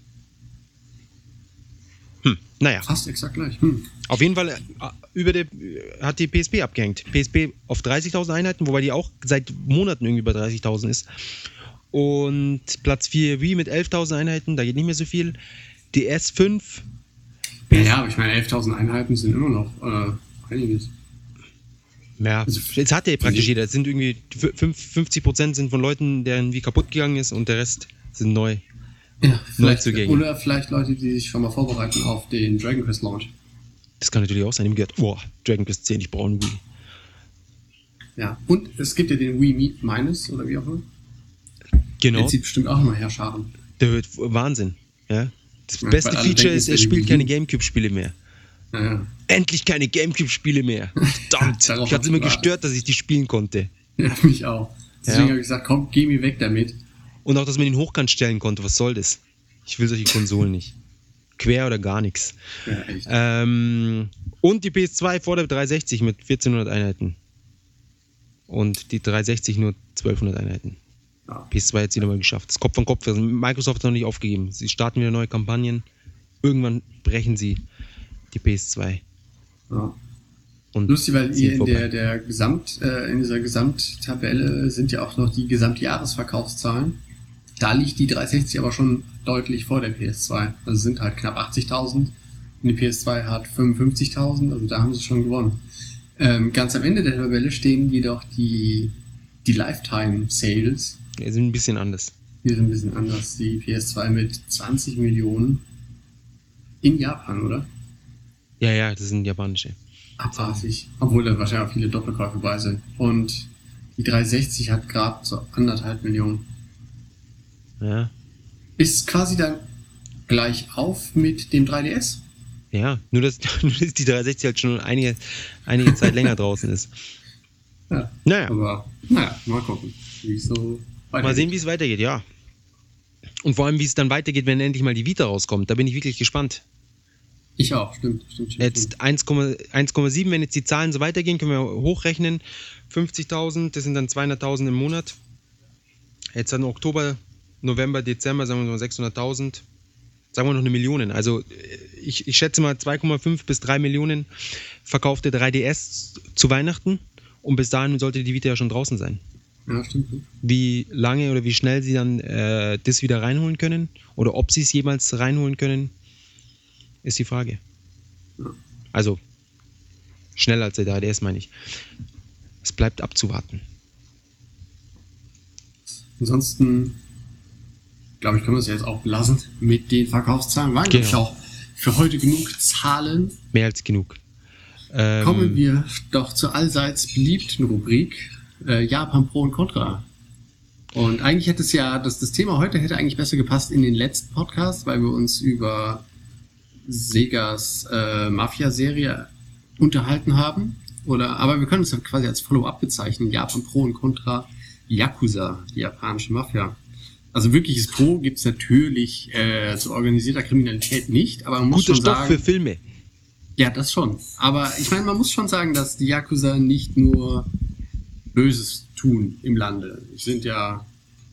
Hm, naja. Fast exakt gleich. Hm. Auf jeden Fall äh, über die, hat die P S P abgehängt. P S P auf dreißigtausend Einheiten, wobei die auch seit Monaten irgendwie bei dreißigtausend ist. Und Platz vier Wii mit elftausend Einheiten, da geht nicht mehr so viel. Die S fünf. Ja, ja, aber ich meine, elftausend Einheiten sind immer noch äh, einiges. Ja, Also, jetzt hat ja praktisch die- jeder. Es sind irgendwie fünf- fünfzig Prozent sind von Leuten, deren Wii kaputt gegangen ist und der Rest sind neu. Ja, vielleicht, Neuzugänge. oder vielleicht Leute, die sich schon mal vorbereiten auf den Dragon Quest Launch. Das kann natürlich auch sein. Ich habe gehört, boah, Dragon Quest zehn, ich brauche einen Wii. Ja, und es gibt ja den Wii Mi- Minus oder wie auch immer. Genau, Der zieht bestimmt auch immer Herrscharen. der wird Wahnsinn. Ja? Das Ja, beste weil alle Feature denken, ist, es er wäre die spielt Wii. keine Gamecube-Spiele mehr. Naja. Endlich keine Gamecube-Spiele mehr. Verdammt, Darauf ich hatte hab immer ich gewartet. gestört, dass ich die spielen konnte. Ja, mich auch. Deswegen Ja. habe ich gesagt, komm, geh mir weg damit. Und auch, dass man ihn hochkant stellen konnte. Was soll das? Ich will solche Konsolen nicht. Quer oder gar nichts. Ja, echt. Ähm, und die P S zwei vor der dreihundertsechzig mit vierzehnhundert Einheiten. Und die dreihundertsechzig nur zwölfhundert Einheiten. Ja. P S zwei hat sie nochmal geschafft. Das Kopf an Kopf. Also Microsoft hat noch nicht aufgegeben. Sie starten wieder neue Kampagnen. Irgendwann brechen sie die P S zwei. Ja. Und lustig, weil ziehen ihr in vorbei. der, der Gesamt, äh, in dieser Gesamttabelle sind ja auch noch die Gesamtjahresverkaufszahlen. Da liegt die dreihundertsechzig aber schon deutlich vor der P S zwei. Also sind halt knapp achtzigtausend und die P S zwei hat fünfundfünfzigtausend, also da haben sie schon gewonnen. Ähm, ganz am Ende der Tabelle stehen jedoch die, die Lifetime Sales. Die sind ein bisschen anders. Die sind ein bisschen anders. Die P S zwei mit zwanzig Millionen in Japan, oder? Ja, ja, das sind japanische. Abartig. Obwohl da wahrscheinlich auch viele Doppelkäufe bei sind. Und die dreihundertsechzig hat gerade so anderthalb Millionen. Ja, Ist quasi dann gleich auf mit dem drei D S. ja. Nur, dass, nur, dass die dreihundertsechzig halt schon einige, einige Zeit länger draußen ist. Ja. Naja, Aber, naja, mal gucken, wie es so weitergeht. mal sehen, wie es weitergeht, ja. Und vor allem, wie es dann weitergeht, wenn endlich mal die Vita rauskommt. Da bin ich wirklich gespannt. Ich auch, stimmt, stimmt, stimmt. Jetzt eins Komma sieben, wenn jetzt die Zahlen so weitergehen, können wir hochrechnen. fünfzigtausend, das sind dann zweihunderttausend im Monat. Jetzt dann Oktober, November, Dezember, sagen wir mal sechshunderttausend. Sagen wir noch eine Million. Also ich, ich schätze mal zwei Komma fünf bis drei Millionen verkaufte drei D S zu Weihnachten. Und bis dahin sollte die Vita ja schon draußen sein. Ja, stimmt. Wie lange oder wie schnell sie dann äh, das wieder reinholen können oder ob sie es jemals reinholen können, ist die Frage. Ja. Also schneller als der drei D S, meine ich. Es bleibt abzuwarten. Ansonsten, glaube ich, können wir es jetzt auch belassen mit den Verkaufszahlen. Waren, Genau. glaube ich, auch für heute genug Zahlen. Mehr als genug. Ähm, Kommen wir doch zur allseits beliebten Rubrik äh, Japan Pro und Contra. Und eigentlich hätte es ja, das, das Thema heute hätte eigentlich besser gepasst in den letzten Podcast, weil wir uns über Segas äh, Mafia-Serie unterhalten haben. Oder, aber wir können es ja quasi als Follow-up bezeichnen. Japan Pro und Contra Yakuza, die japanische Mafia. Also wirkliches Pro gibt es natürlich äh, zu organisierter Kriminalität nicht, aber man muss guter schon Stoff sagen, für Filme. ja, das schon. Aber ich meine, man muss schon sagen, dass die Yakuza nicht nur Böses tun im Lande. Es sind ja...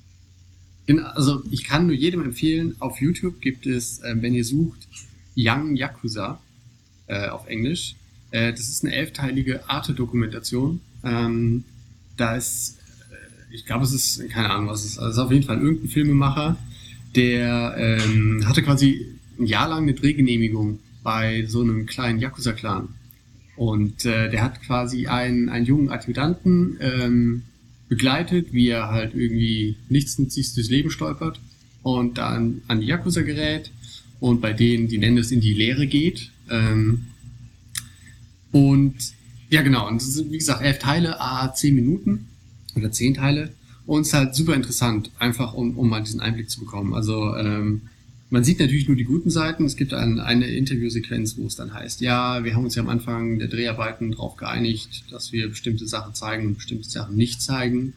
Also ich kann nur jedem empfehlen, auf YouTube gibt es, äh, wenn ihr sucht, Young Yakuza äh, auf Englisch. Äh, das ist eine elfteilige Arte-Dokumentation. Ähm, da ist, äh, ich glaube, es ist, keine Ahnung, was es ist. Also es ist auf jeden Fall irgendein Filmemacher, der ähm, hatte quasi ein Jahr lang eine Drehgenehmigung bei so einem kleinen Yakuza-Clan. Und äh, der hat quasi einen, einen jungen Adjutanten ähm, begleitet, wie er halt irgendwie nichtsnutzig durchs Leben stolpert und dann an die Yakuza gerät und bei denen, die nennen es, in die Lehre geht. Ähm, und ja, genau, und das sind, wie gesagt, elf Teile, a zehn Minuten oder zehn Teile. Und es ist halt super interessant, einfach um, um mal diesen Einblick zu bekommen. Also ähm, man sieht natürlich nur die guten Seiten. Es gibt ein, eine Interviewsequenz, wo es dann heißt, ja, wir haben uns ja am Anfang der Dreharbeiten darauf geeinigt, dass wir bestimmte Sachen zeigen und bestimmte Sachen nicht zeigen.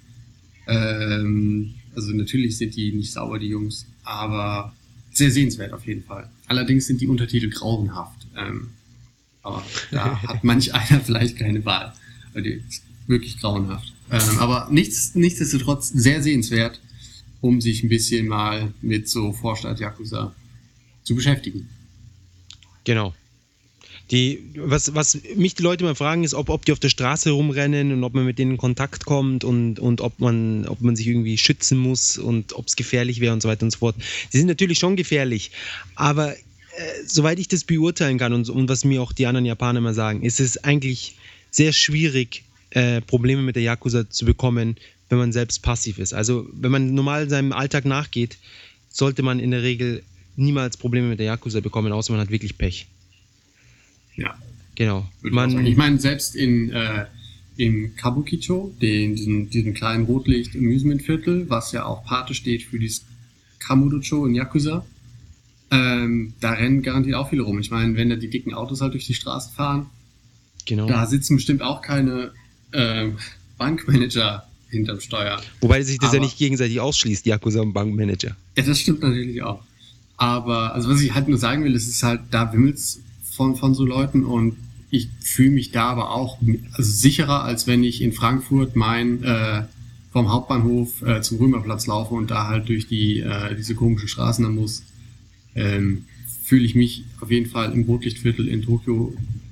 Ähm, also natürlich sind die nicht sauber, die Jungs, aber sehr sehenswert auf jeden Fall. Allerdings sind die Untertitel grauenhaft. Ähm, aber da hat manch einer vielleicht keine Wahl. Weil die ist wirklich grauenhaft. Ähm, aber nichts, nichtsdestotrotz sehr sehenswert, um sich ein bisschen mal mit so Vorstadt Yakuza zu beschäftigen. Genau. Die, was, was mich die Leute mal fragen, ist, ob, ob die auf der Straße rumrennen und ob man mit denen in Kontakt kommt und, und ob man, ob man sich irgendwie schützen muss und ob es gefährlich wäre und so weiter und so fort. Sie sind natürlich schon gefährlich, aber äh, soweit ich das beurteilen kann und, und was mir auch die anderen Japaner immer sagen, ist es eigentlich sehr schwierig, äh, Probleme mit der Yakuza zu bekommen, wenn man selbst passiv ist. Also wenn man normal seinem Alltag nachgeht, sollte man in der Regel niemals Probleme mit der Yakuza bekommen, außer man hat wirklich Pech. Ja, genau. würde ich auch sagen. Man, Ich meine, selbst in äh, im Kabukicho, den, diesen, diesen kleinen Rotlicht-Amusement-Viertel, was ja auch Pate steht für dieses Kamurocho in Yakuza, ähm, da rennen garantiert auch viele rum. Ich meine, wenn da die dicken Autos halt durch die Straßen fahren, genau. da sitzen bestimmt auch keine äh, Bankmanager hinterm Steuer. Wobei sich das Aber- ja nicht gegenseitig ausschließt, Yakuza und Bankmanager. Ja, das stimmt natürlich auch. Aber, also was ich halt nur sagen will, es ist halt, da wimmelt's von, von so Leuten und ich fühle mich da aber auch also sicherer, als wenn ich in Frankfurt mein äh, vom Hauptbahnhof äh, zum Römerplatz laufe und da halt durch die äh, diese komischen Straßen dann muss. Ähm, fühle ich mich auf jeden Fall im Rotlichtviertel in Tokio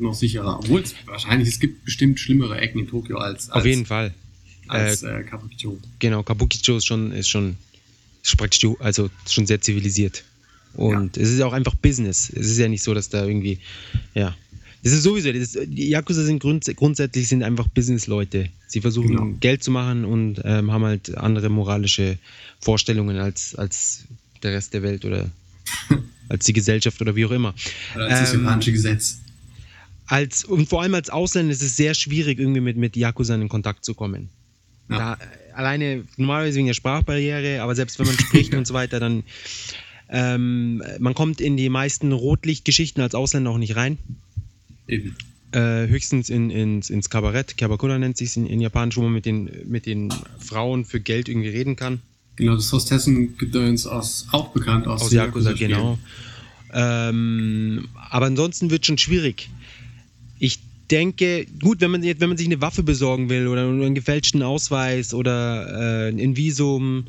noch sicherer. Obwohl es wahrscheinlich, es gibt bestimmt schlimmere Ecken in Tokio als, als Auf jeden Fall. als äh, Kabukicho. Genau, Kabukicho ist schon, ist schon, ist praktisch, also schon sehr zivilisiert. Und ja. Es ist ja auch einfach Business. Es ist ja nicht so, dass da irgendwie, ja. Es ist sowieso, das ist, die Yakuza sind grunds- grundsätzlich sind einfach Business-Leute. Sie versuchen genau. Geld zu machen und ähm, haben halt andere moralische Vorstellungen als, als der Rest der Welt oder als die Gesellschaft oder wie auch immer. Oder als das ähm, japanische Gesetz. Als, und vor allem als Ausländer ist es sehr schwierig, irgendwie mit, mit Yakuza in Kontakt zu kommen. Ja. Da, alleine normalerweise wegen der Sprachbarriere, aber selbst wenn man spricht und so weiter, dann ähm, man kommt in die meisten Rotlichtgeschichten als Ausländer auch nicht rein. Eben. Äh, höchstens in, ins, ins Kabarett, Kyabakura nennt sich in, in Japanisch, wo man mit den, mit den Frauen für Geld irgendwie reden kann. Genau, das Hostessengedöns aus, auch bekannt aus, aus Yakuza, genau. Ähm, aber ansonsten wird es schon schwierig. Ich denke, gut, wenn man, wenn man sich eine Waffe besorgen will oder einen gefälschten Ausweis oder äh, ein Visum,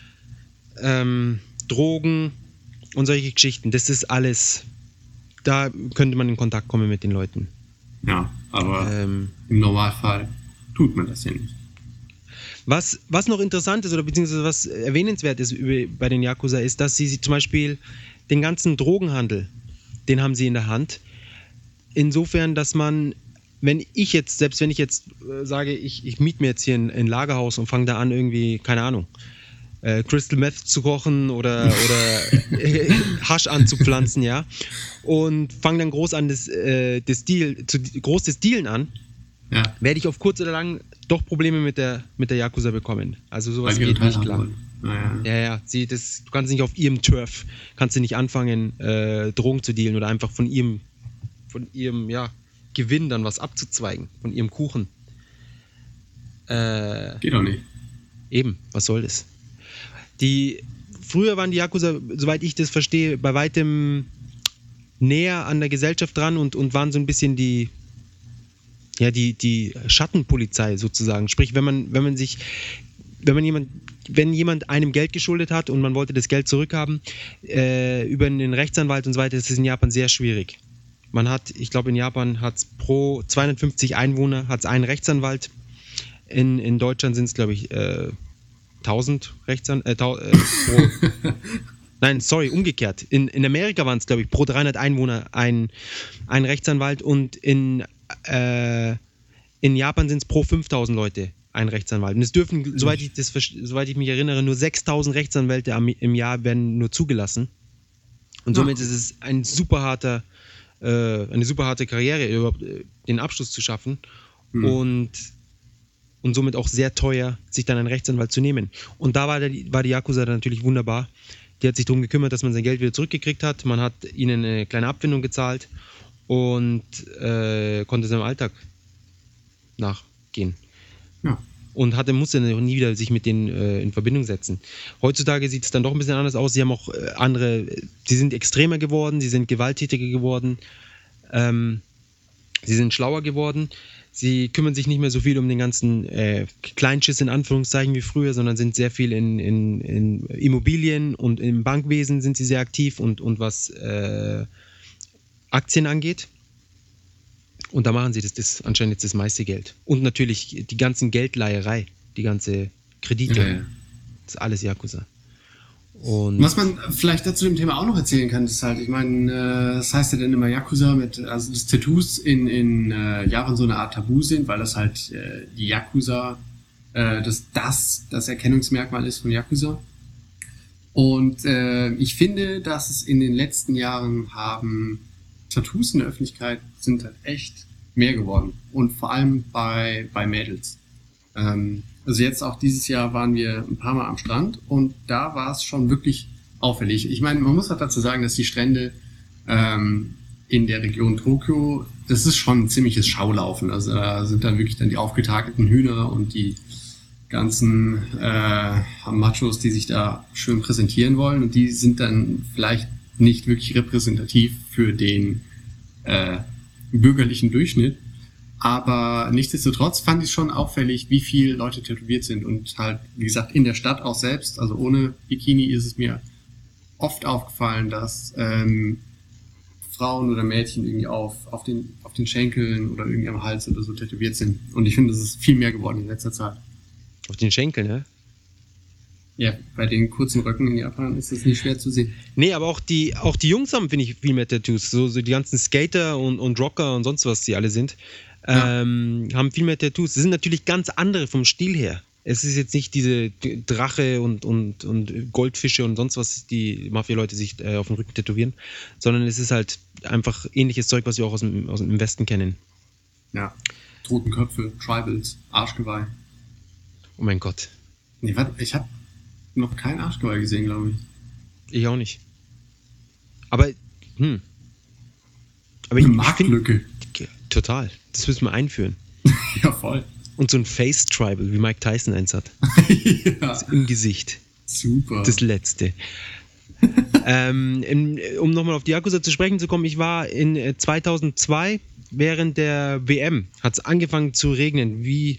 ähm, Drogen und solche Geschichten, das ist alles... Da könnte man in Kontakt kommen mit den Leuten. Ja, aber ähm, im Normalfall tut man das ja nicht. Was, was noch interessant ist oder beziehungsweise was erwähnenswert ist über, bei den Yakuza ist, dass sie, sie zum Beispiel den ganzen Drogenhandel, den haben sie in der Hand. Insofern, dass man, wenn ich jetzt, selbst wenn ich jetzt äh, sage, ich, ich miete mir jetzt hier ein, ein Lagerhaus und fange da an irgendwie, keine Ahnung, Äh, Crystal Meth zu kochen oder, oder äh, Hasch anzupflanzen, ja, und fange dann groß an das, äh, das Deal, zu, groß das Dealen an, ja. werde ich auf kurz oder lang doch Probleme mit der, mit der Yakuza bekommen. Also sowas geht nicht klar. Ja, ja, ja. Sie, das, du kannst nicht auf ihrem Turf, kannst du nicht anfangen, äh, Drogen zu dealen oder einfach von ihrem, von ihrem, ja, Gewinn dann was abzuzweigen, von ihrem Kuchen. Äh, geht doch nicht. Eben, was soll das? Die, früher waren die Yakuza, soweit ich das verstehe, bei weitem näher an der Gesellschaft dran und, und waren so ein bisschen die, ja, die, die Schattenpolizei sozusagen. Sprich, wenn man, wenn man sich, wenn man jemand, wenn jemand einem Geld geschuldet hat und man wollte das Geld zurückhaben, äh, über einen Rechtsanwalt und so weiter, das ist in Japan sehr schwierig. Man hat, ich glaube in Japan hat es pro zweihundertfünfzig Einwohner hat's einen Rechtsanwalt. In, in Deutschland sind es, glaube ich, äh, tausend Rechtsanwälte, äh, tau, äh, pro, nein, sorry, umgekehrt. In, in Amerika waren es, glaube ich, pro dreihundert Einwohner ein, ein Rechtsanwalt und in, äh, in Japan sind es pro fünftausend Leute ein Rechtsanwalt. Und es dürfen, soweit ich, das, soweit ich mich erinnere, nur sechstausend Rechtsanwälte am, im Jahr werden nur zugelassen. Und somit ist es ein super harter, äh, eine super harte Karriere, überhaupt äh, den Abschluss zu schaffen. Mhm. Und Und somit auch sehr teuer, sich dann einen Rechtsanwalt zu nehmen. Und da war, der, war die Yakuza dann natürlich wunderbar. Die hat sich darum gekümmert, dass man sein Geld wieder zurückgekriegt hat. Man hat ihnen eine kleine Abfindung gezahlt und äh, konnte seinem Alltag nachgehen. Ja. Und hatte, musste dann nie wieder sich mit denen äh, in Verbindung setzen. Heutzutage sieht es dann doch ein bisschen anders aus. Sie haben auch äh, andere, sie sind extremer geworden, sie sind gewalttätiger geworden, ähm, sie sind schlauer geworden. Sie kümmern sich nicht mehr so viel um den ganzen äh, Kleinschiss in Anführungszeichen wie früher, sondern sind sehr viel in, in, in Immobilien und im Bankwesen sind sie sehr aktiv und, und was äh, Aktien angeht. Und da machen sie das, das anscheinend jetzt das meiste Geld. Und natürlich die ganzen Geldleiherei, die ganze Kredite. Ja, ja. Das ist alles Yakuza. Und was man vielleicht dazu dem Thema auch noch erzählen kann, ist halt, ich meine, äh, das heißt ja dann immer Yakuza mit, also dass Tattoos in, in äh, Japan so eine Art Tabu sind, weil das halt äh, die Yakuza, äh, das, das das Erkennungsmerkmal ist von Yakuza. Und äh, ich finde, dass es in den letzten Jahren haben Tattoos in der Öffentlichkeit sind halt echt mehr geworden. Und vor allem bei, bei Mädels. Ähm, Also jetzt auch dieses Jahr waren wir ein paar Mal am Strand und da war es schon wirklich auffällig. Ich meine, man muss halt dazu sagen, dass die Strände ähm, in der Region Tokio, das ist schon ein ziemliches Schaulaufen. Also da sind dann wirklich dann die aufgetakelten Hühner und die ganzen äh, Machos, die sich da schön präsentieren wollen und die sind dann vielleicht nicht wirklich repräsentativ für den äh, bürgerlichen Durchschnitt. Aber nichtsdestotrotz fand ich schon auffällig, wie viele Leute tätowiert sind. Und halt, wie gesagt, in der Stadt auch selbst, also ohne Bikini ist es mir oft aufgefallen, dass ähm, Frauen oder Mädchen irgendwie auf, auf, den, auf den Schenkeln oder irgendwie am Hals oder so tätowiert sind. Und ich finde, das ist viel mehr geworden in letzter Zeit. Auf den Schenkeln, ne? Ja, bei den kurzen Röcken in Japan ist das nicht schwer zu sehen. Nee, aber auch die, auch die Jungs haben, finde ich, viel mehr Tattoos. So, so die ganzen Skater und, und Rocker und sonst was die alle sind, Ja. ähm, haben viel mehr Tattoos. Das sind natürlich ganz andere vom Stil her. Es ist jetzt nicht diese Drache und, und, und Goldfische und sonst was die Mafia-Leute sich äh, auf den Rücken tätowieren, sondern es ist halt einfach ähnliches Zeug, was wir auch aus dem, aus dem Westen kennen. Ja. Totenköpfe, Tribals, Arschgeweih. Oh mein Gott. Nee, warte, ich habe noch kein Arschgeweih gesehen, glaube ich. Ich auch nicht. Aber, hm. Aber Eine ich, ich Marktlücke. find, total. Das müssen wir einführen. Ja, voll. Und so ein Face-Tribal, wie Mike Tyson eins hat. Ja, Im Gesicht. super. Das letzte. ähm, in, um nochmal auf die Yakuza zu sprechen zu kommen, ich war in äh, zweitausendzwei während der W M, hat es angefangen zu regnen, wie,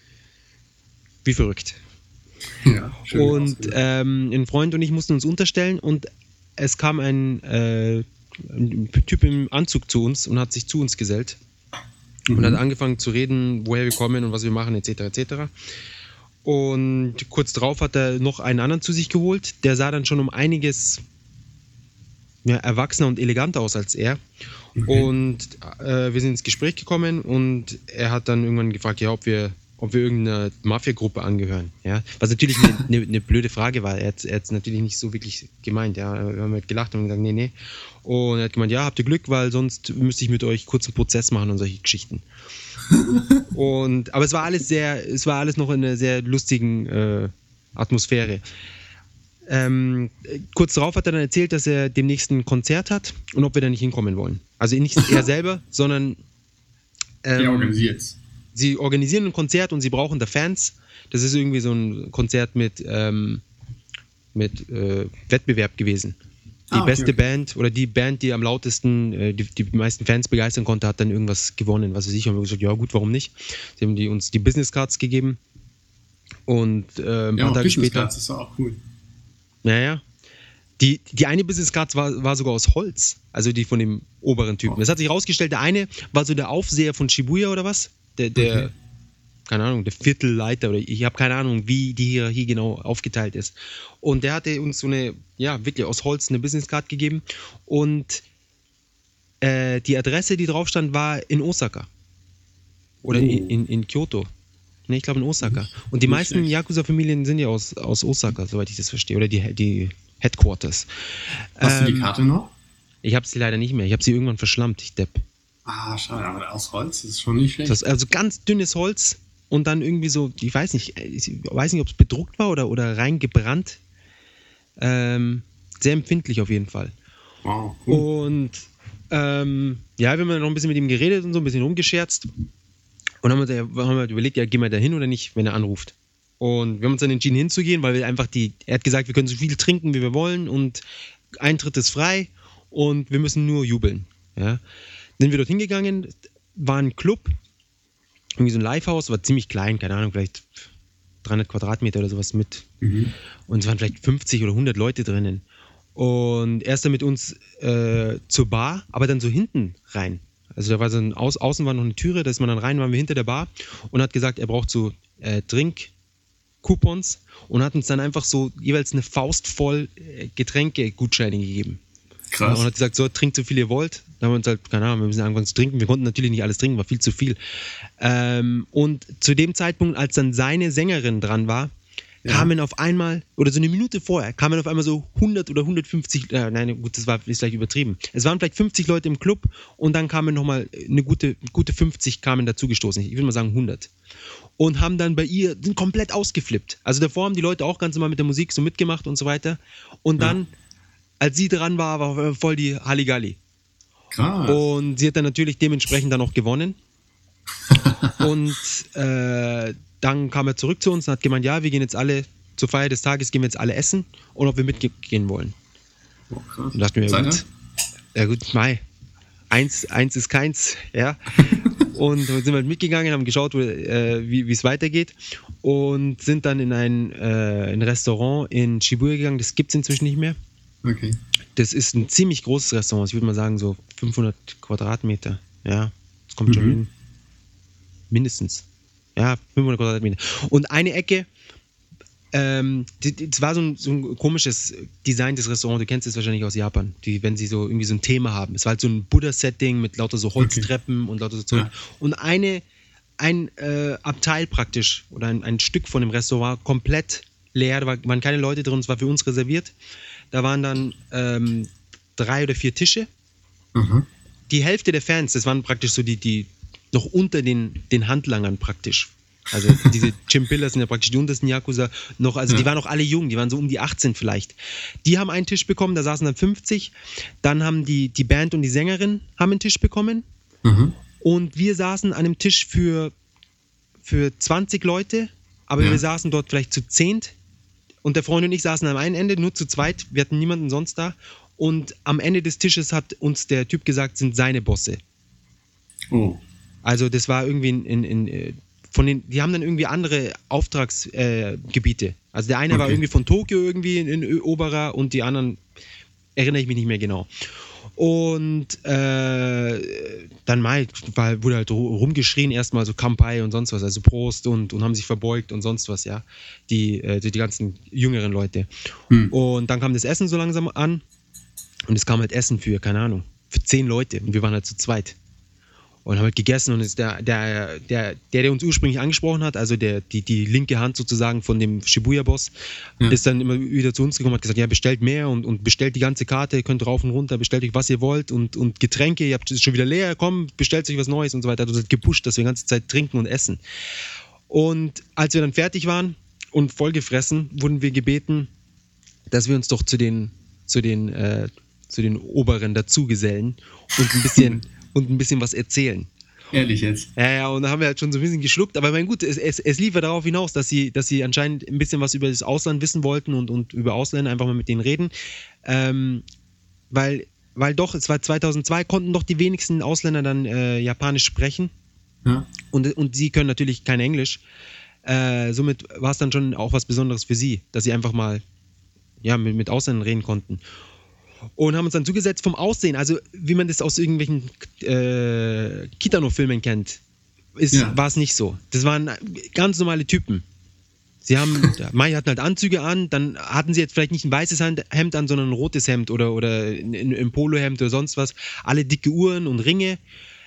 wie verrückt. Ja, schön Und ausgedrückt. ähm, ein Freund und ich mussten uns unterstellen und es kam ein, äh, ein Typ im Anzug zu uns und hat sich zu uns gesellt und Mhm. hat angefangen zu reden, woher wir kommen und was wir machen, et cetera et cetera. Und kurz darauf hat er noch einen anderen zu sich geholt, der sah dann schon um einiges ja, erwachsener und eleganter aus als er. Und äh, wir sind ins Gespräch gekommen und er hat dann irgendwann gefragt, ja, ob wir, ob wir irgendeiner Mafia-Gruppe angehören. Ja? Was natürlich eine, eine, eine blöde Frage war. Er hat es natürlich nicht so wirklich gemeint. Ja? Wir haben halt gelacht und gesagt, nee, nee. Und er hat gemeint, ja, habt ihr Glück, weil sonst müsste ich mit euch kurz einen Prozess machen und solche Geschichten. Und, aber es war alles sehr, es war alles noch in einer sehr lustigen äh, Atmosphäre. Ähm, kurz darauf hat er dann erzählt, dass er demnächst ein Konzert hat und ob wir da nicht hinkommen wollen. Also nicht er selber, sondern ähm, Wer organisiert's? sie organisieren ein Konzert und sie brauchen da Fans. Das ist irgendwie so ein Konzert mit, ähm, mit äh, Wettbewerb gewesen. Die Ah, okay, beste okay. Band oder die Band, die am lautesten äh, die, die meisten Fans begeistern konnte, hat dann irgendwas gewonnen. Was weiß ich, haben wir gesagt, ja gut, warum nicht? Sie haben die, uns die Business Cards gegeben und äh, ein Ja, paar auch Tage Business später. Cards ist auch cool. Naja. Die, die eine Business Card war, war sogar aus Holz, also die von dem oberen Typen. Oh. Es hat sich herausgestellt, der eine war so der Aufseher von Shibuya oder was? Der, der Okay. keine Ahnung, der Viertelleiter oder ich habe keine Ahnung, wie die Hierarchie genau aufgeteilt ist. Und der hatte uns so eine, ja, wirklich aus Holz eine Business Card gegeben und äh, die Adresse, die drauf stand, war in Osaka. Oder Oh. in, in, in Kyoto. Ne, ich glaube in Osaka. Und die nicht meisten schlecht. Yakuza-Familien sind ja aus, aus Osaka, soweit ich das verstehe. Oder die, die Headquarters. Hast du die Ähm, Karte noch? Ich habe sie leider nicht mehr. Ich habe sie irgendwann verschlammt, ich Depp. Ah, schade, aber aus Holz das ist schon nicht schlecht. Das, also ganz dünnes Holz und dann irgendwie so, ich weiß nicht, ich weiß nicht, ob es bedruckt war oder, oder rein gebrannt. Ähm, sehr empfindlich auf jeden Fall. Wow, cool. Und ähm, ja, wir haben dann noch ein bisschen mit ihm geredet und so, ein bisschen rumgescherzt. Und haben uns haben wir halt überlegt, ja, gehen wir da hin oder nicht, wenn er anruft. Und wir haben uns dann entschieden hinzugehen, weil wir einfach die, er hat gesagt, wir können so viel trinken, wie wir wollen und Eintritt ist frei und wir müssen nur jubeln. Ja. Sind wir dort hingegangen, war ein Club, irgendwie so ein Livehouse, war ziemlich klein, keine Ahnung, vielleicht dreihundert Quadratmeter oder sowas mit. Mhm. Und es waren vielleicht fünfzig oder hundert Leute drinnen. Und er ist dann mit uns äh, zur Bar, aber dann so hinten rein. Also da war so ein, Au- außen war noch eine Türe, da ist man dann rein, waren wir hinter der Bar und hat gesagt, er braucht so äh, Trink-Coupons und hat uns dann einfach so jeweils eine Faust voll äh, Getränke-Gutscheine gegeben. Krass. Und hat gesagt, so, trinkt so viel ihr wollt. Da haben wir uns halt, keine Ahnung, wir müssen anfangen zu trinken. Wir konnten natürlich nicht alles trinken, war viel zu viel. Ähm, und zu dem Zeitpunkt, als dann seine Sängerin dran war, Ja. kamen auf einmal, oder so eine Minute vorher, kamen auf einmal so hundert oder hundertfünfzig, äh, nein, gut, das war ist vielleicht übertrieben. Es waren vielleicht fünfzig Leute im Club und dann kamen nochmal eine gute, gute fünfzig kamen dazugestoßen. Ich würde mal sagen hundert. Und haben dann bei ihr, sind komplett ausgeflippt. Also davor haben die Leute auch ganz normal mit der Musik so mitgemacht und so weiter. Und Ja. dann, als sie dran war, war voll die Halligalli. Krass. Und sie hat dann natürlich dementsprechend dann auch gewonnen. Und äh, dann kam er zurück zu uns und hat gemeint, ja, wir gehen jetzt alle, zur Feier des Tages gehen wir jetzt alle essen und ob wir mitgehen wollen. Oh, krass. Und dachten wir, ja Seid gut, ja gut, Mai, eins, eins ist keins, ja. Und dann sind wir halt mitgegangen, haben geschaut, wo, äh, wie es weitergeht und sind dann in ein, äh, ein Restaurant in Shibuya gegangen, das gibt es inzwischen nicht mehr. ihr? Okay. das ist ein ziemlich großes Restaurant. Ich würde mal sagen, so fünfhundert Quadratmeter. Ja, das kommt schon Mhm. hin. Mindestens. Ja, fünfhundert Quadratmeter. Und eine Ecke, ähm, das war so ein, so ein komisches Design des Restaurants. Du kennst es wahrscheinlich aus Japan, die, wenn sie so irgendwie so ein Thema haben. Es war halt so ein Buddha-Setting mit lauter so Holztreppen und lauter so Zeug. Ja. Und eine, ein äh, Abteil praktisch oder ein, ein Stück von dem Restaurant komplett leer. Da war, waren keine Leute drin, es war für uns reserviert. Da waren dann ähm, drei oder vier Tische. Mhm. Die Hälfte der Fans, das waren praktisch so die, die noch unter den, den Handlangern praktisch. Also diese Chimpillas sind ja praktisch die untersten Yakuza noch, also Ja. die waren auch alle jung, die waren so um die achtzehn vielleicht. Die haben einen Tisch bekommen, da saßen dann fünfzig. Dann haben die, die Band und die Sängerin haben einen Tisch bekommen. Mhm. Und wir saßen an einem Tisch für, für zwanzig Leute, aber Ja. wir saßen dort vielleicht zu zehnt. Und der Freund und ich saßen am einen Ende, nur zu zweit, wir hatten niemanden sonst da. Und am Ende des Tisches hat uns der Typ gesagt, sind seine Bosse. Oh. Also das war irgendwie in, in, in von den, die haben dann irgendwie andere Auftragsgebiete. Äh, Gebiete. Also der eine war Okay. irgendwie von Tokio irgendwie in, in Oberer und die anderen erinnere ich mich nicht mehr genau. Und äh, dann mal war, wurde halt ru- rumgeschrien, erstmal so Kampai und sonst was, also Prost und, und haben sich verbeugt und sonst was, ja. Die, äh, die, die ganzen jüngeren Leute. Hm. Und dann kam das Essen so langsam an und es kam halt Essen für, keine Ahnung, für zehn Leute und wir waren halt zu zweit. Und haben halt gegessen und ist der, der, der, der, der uns ursprünglich angesprochen hat, also der, die, die linke Hand sozusagen von dem Shibuya-Boss, Ja. ist dann immer wieder zu uns gekommen und hat gesagt, ja, bestellt mehr und, und bestellt die ganze Karte, ihr könnt rauf und runter, bestellt euch, was ihr wollt und, und Getränke, ihr habt es schon wieder leer, komm, bestellt euch was Neues und so weiter. Also gepusht, dass wir die ganze Zeit trinken und essen. Und als wir dann fertig waren und vollgefressen, wurden wir gebeten, dass wir uns doch zu den, zu den, äh, zu den Oberen dazugesellen und ein bisschen, und ein bisschen was erzählen. Ehrlich jetzt. Ja, ja, und da haben wir halt schon so ein bisschen geschluckt, aber mein gut, es, es, es lief ja darauf hinaus, dass sie, dass sie anscheinend ein bisschen was über das Ausland wissen wollten und, und über Ausländer einfach mal mit denen reden. Ähm, weil, weil doch, es war zweitausendzwei, konnten doch die wenigsten Ausländer dann äh, Japanisch sprechen Ja. und, und sie können natürlich kein Englisch. Äh, somit war es dann schon auch was Besonderes für sie, dass sie einfach mal ja, mit, mit Ausländern reden konnten. Und haben uns dann zugesetzt vom Aussehen, also wie man das aus irgendwelchen äh, Kitano-Filmen kennt, ist, Ja. war es nicht so. Das waren ganz normale Typen. Sie haben, manche hatten halt Anzüge an, dann hatten sie jetzt vielleicht nicht ein weißes Hemd an, sondern ein rotes Hemd oder, oder ein, ein Polohemd oder sonst was. Alle dicke Uhren und Ringe.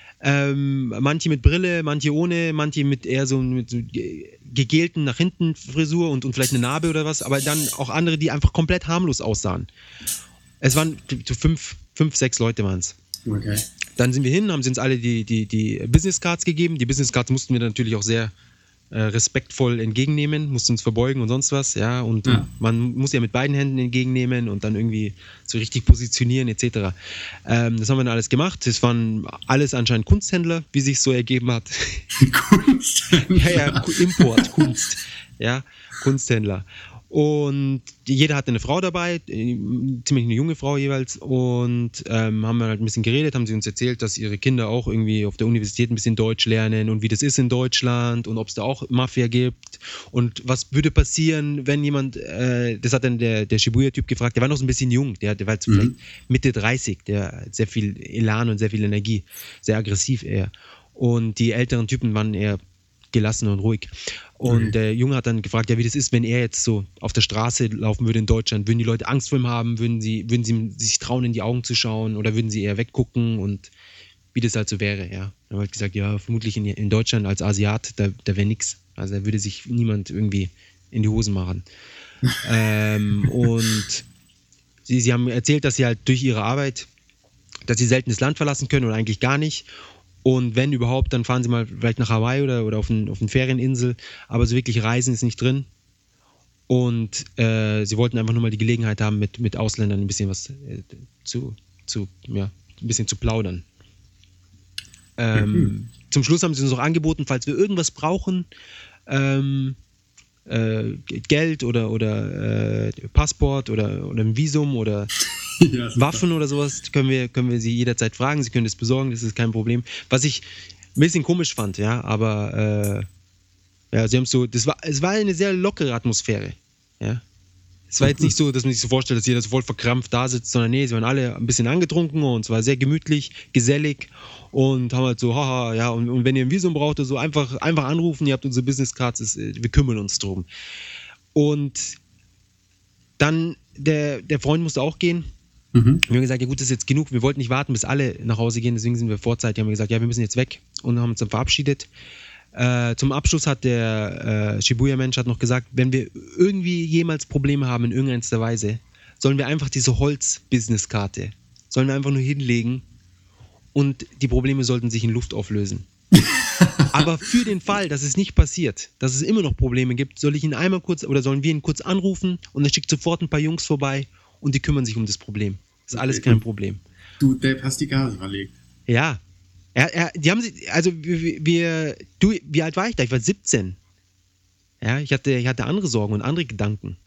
Ähm, manche mit Brille, manche ohne, manche mit eher so mit so ge- gegelten nach hinten Frisur und, und vielleicht eine Narbe oder was, aber dann auch andere, die einfach komplett harmlos aussahen. Es waren so fünf, fünf, sechs Leute waren es. Okay. Dann sind wir hin, haben sie uns alle die, die, die Business Cards gegeben. Die Business Cards mussten wir dann natürlich auch sehr äh, respektvoll entgegennehmen, mussten uns verbeugen und sonst was, ja. Und Ja. man muss ja mit beiden Händen entgegennehmen und dann irgendwie so richtig positionieren et cetera. Ähm, das haben wir dann alles gemacht. Das waren alles anscheinend Kunsthändler, wie sich so ergeben hat. Kunst. Ja, ja, Ku- Import, Kunst. Ja, Kunsthändler. Und jeder hatte eine Frau dabei, äh, ziemlich eine junge Frau jeweils. Und ähm, haben halt ein bisschen geredet, haben sie uns erzählt, dass ihre Kinder auch irgendwie auf der Universität ein bisschen Deutsch lernen und wie das ist in Deutschland und ob es da auch Mafia gibt. Und was würde passieren, wenn jemand, äh, das hat dann der, der Shibuya-Typ gefragt, der war noch so ein bisschen jung, der, der war jetzt Mhm. vielleicht Mitte dreißig, der hat sehr viel Elan und sehr viel Energie, sehr aggressiv eher. Und die älteren Typen waren eher gelassen und ruhig. Und Mhm. der Junge hat dann gefragt, ja, wie das ist, wenn er jetzt so auf der Straße laufen würde in Deutschland. Würden die Leute Angst vor ihm haben? Würden sie, würden sie sich trauen, in die Augen zu schauen? Oder würden sie eher weggucken? Und wie das halt so wäre, ja. Er hat halt gesagt, ja, vermutlich in, in Deutschland als Asiat, da, da wäre nichts. Also da würde sich niemand irgendwie in die Hosen machen. ähm, und sie, sie haben erzählt, dass sie halt durch ihre Arbeit, dass sie selten das Land verlassen können oder eigentlich gar nicht. Und wenn überhaupt, dann fahren sie mal vielleicht nach Hawaii oder, oder auf, ein, auf eine Ferieninsel. Aber so wirklich Reisen ist nicht drin. Und äh, sie wollten einfach nur mal die Gelegenheit haben, mit, mit Ausländern ein bisschen was äh, zu, zu, ja, ein bisschen zu plaudern. Ähm, Mhm. Zum Schluss haben sie uns auch angeboten, falls wir irgendwas brauchen, ähm, äh, Geld oder, oder äh, Passport oder, oder ein Visum oder Ja, super. Waffen oder sowas, können wir, können wir sie jederzeit fragen. Sie können das besorgen, das ist kein Problem. Was ich ein bisschen komisch fand, ja, aber äh, ja, sie haben so, das war, es war eine sehr lockere Atmosphäre, ja. Es war jetzt nicht so, dass man sich so vorstellt, dass jeder so voll verkrampft da sitzt, sondern nee, sie waren alle ein bisschen angetrunken und es war sehr gemütlich, gesellig und haben halt so, haha, ja, und, und wenn ihr ein Visum braucht oder so, einfach, einfach anrufen, ihr habt unsere Business Cards, ist, wir kümmern uns drum. Und dann, der, der Freund musste auch gehen. Mhm. Wir haben gesagt, ja gut, das ist jetzt genug, wir wollten nicht warten, bis alle nach Hause gehen, deswegen sind wir vorzeitig, haben wir gesagt, ja, wir müssen jetzt weg und haben uns dann verabschiedet. Äh, zum Abschluss hat der äh, Shibuya-Mensch hat noch gesagt, wenn wir irgendwie jemals Probleme haben in irgendeiner Weise, sollen wir einfach diese Holz-Business-Karte, sollen wir einfach nur hinlegen und die Probleme sollten sich in Luft auflösen. Aber für den Fall, dass es nicht passiert, dass es immer noch Probleme gibt, soll ich ihn einmal kurz oder sollen wir ihn kurz anrufen und dann schickt sofort ein paar Jungs vorbei und die kümmern sich um das Problem. Das ist alles kein Problem. Du, Dave, hast die Gase verlegt. Ja. Er, er, die haben sich, also wir, wir, du, wie alt war ich da? Ich war siebzehn. Ja, ich hatte, ich hatte andere Sorgen und andere Gedanken.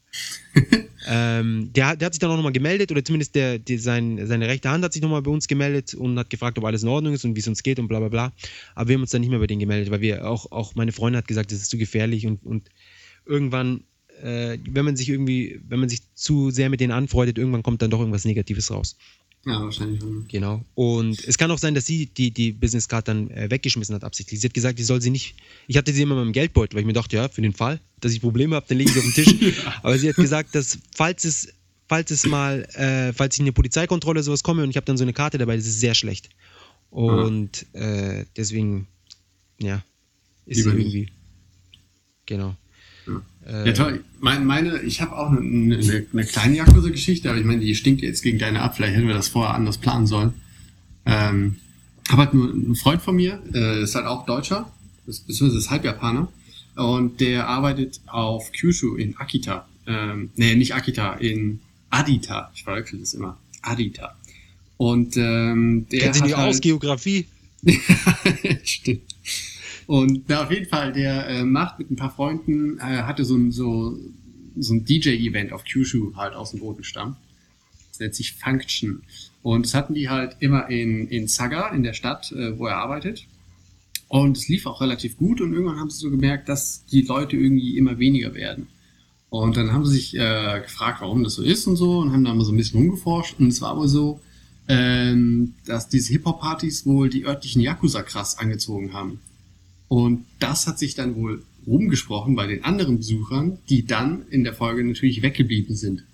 ähm, der, der hat sich dann auch nochmal gemeldet, oder zumindest der, der, sein, seine rechte Hand hat sich nochmal bei uns gemeldet und hat gefragt, ob alles in Ordnung ist und wie es uns geht und bla bla bla. Aber wir haben uns dann nicht mehr bei denen gemeldet, weil wir auch, auch meine Freundin hat gesagt, das ist zu gefährlich und, und irgendwann, äh, wenn man sich irgendwie, wenn man sich zu sehr mit denen anfreundet, irgendwann kommt dann doch irgendwas Negatives raus. Ja, wahrscheinlich. Genau. Und es kann auch sein, dass sie die, die Business Card dann äh, weggeschmissen hat absichtlich. Sie hat gesagt, ich soll sie nicht. Ich hatte sie immer in meinem Geldbeutel, weil ich mir dachte, ja, für den Fall, dass ich Probleme habe, dann lege ich sie auf den Tisch. Ja. Aber sie hat gesagt, dass falls es, falls es mal, äh, falls ich in eine Polizeikontrolle oder sowas komme und ich habe dann so eine Karte dabei, das ist sehr schlecht. Und ah. äh, deswegen, ja, ist sie irgendwie. Genau. Ja. Ja, toll. Meine, meine ich habe auch eine, eine, eine kleine Yakuza-Geschichte, aber ich meine, die stinkt jetzt gegen deine ab. Vielleicht hätten wir das vorher anders planen sollen. Ähm, habe halt nur einen Freund von mir, äh, ist halt auch Deutscher, beziehungsweise ist halb Japaner, und der arbeitet auf Kyushu in Akita. Ähm, nee, nicht Akita, in Adita. Ich verwechsel das immer. Adita. Und ähm, der kennt sich nicht halt, aus, Geografie? Stimmt. Und na, auf jeden Fall, der äh, macht mit ein paar Freunden, äh, hatte so ein, so, so ein D J-Event auf Kyushu halt aus dem Boden stammt. Das nennt sich Function. Und das hatten die halt immer in, in Saga, in der Stadt, äh, wo er arbeitet. Und es lief auch relativ gut und irgendwann haben sie so gemerkt, dass die Leute irgendwie immer weniger werden. Und dann haben sie sich äh, gefragt, warum das so ist und so, und haben da mal so ein bisschen rumgeforscht. Und es war aber so, ähm, dass diese Hip-Hop-Partys wohl die örtlichen Yakuza krass angezogen haben. Und das hat sich dann wohl rumgesprochen bei den anderen Besuchern, die dann in der Folge natürlich weggeblieben sind.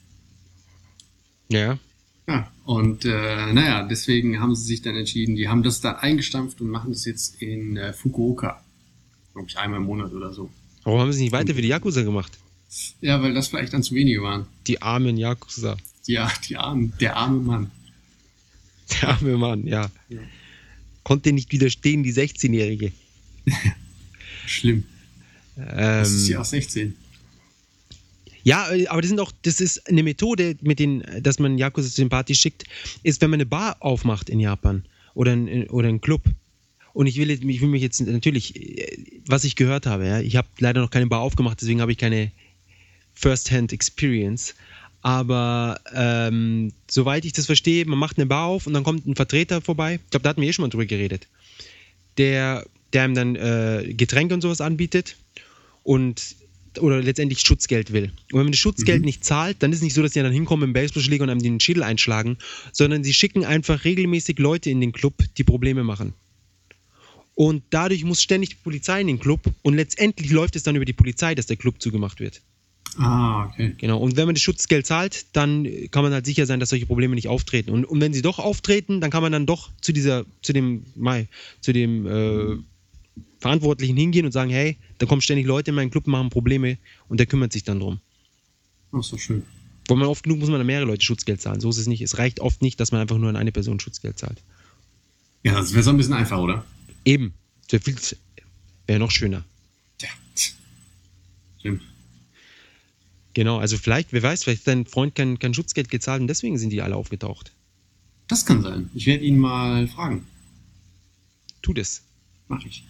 Ja. Ja, und äh, naja, deswegen haben sie sich dann entschieden, die haben das dann eingestampft und machen das jetzt in äh, Fukuoka. Glaube ich, einmal im Monat oder so. Warum haben sie nicht weiter für die Yakuza gemacht? Ja, weil das vielleicht dann zu wenige waren. Die armen Yakuza. Ja, die armen, der arme Mann. Der arme Mann, ja. ja. Konnte nicht widerstehen, die sechzehnjährige. Schlimm. Ähm, das ist ja auch sechzehn. Ja, aber das sind auch, das ist eine Methode, mit den, dass man Yakuza zu den Partys schickt, ist, wenn man eine Bar aufmacht in Japan oder ein, oder ein Club. Und ich will, ich will mich jetzt natürlich, was ich gehört habe, ja, ich habe leider noch keine Bar aufgemacht, deswegen habe ich keine First-Hand-Experience. Aber ähm, soweit ich das verstehe, man macht eine Bar auf und dann kommt ein Vertreter vorbei. Ich glaube, da hatten wir eh schon mal drüber geredet. Der der ihm dann äh, Getränke und sowas anbietet und oder letztendlich Schutzgeld will. Und wenn man das Schutzgeld mhm. nicht zahlt, dann ist es nicht so, dass die dann hinkommen mit dem Baseballschläger und einem den Schädel einschlagen, sondern sie schicken einfach regelmäßig Leute in den Club, die Probleme machen. Und dadurch muss ständig die Polizei in den Club und letztendlich läuft es dann über die Polizei, dass der Club zugemacht wird. Ah, okay. Genau, und wenn man das Schutzgeld zahlt, dann kann man halt sicher sein, dass solche Probleme nicht auftreten. Und, und wenn sie doch auftreten, dann kann man dann doch zu dieser, zu dem, Mai, zu dem äh, Verantwortlichen hingehen und sagen, hey, da kommen ständig Leute in meinen Club, machen Probleme und der kümmert sich dann drum. Ach so, schön. Weil man oft genug muss man dann mehrere Leute Schutzgeld zahlen. So ist es nicht. Es reicht oft nicht, dass man einfach nur an eine Person Schutzgeld zahlt. Ja, das wäre so ein bisschen einfach, oder? Eben. Wäre noch schöner. Ja. Stimmt. Genau, also vielleicht, wer weiß, vielleicht hat dein Freund kein, kein Schutzgeld gezahlt und deswegen sind die alle aufgetaucht. Das kann sein. Ich werde ihn mal fragen. Tu das. Mach ich.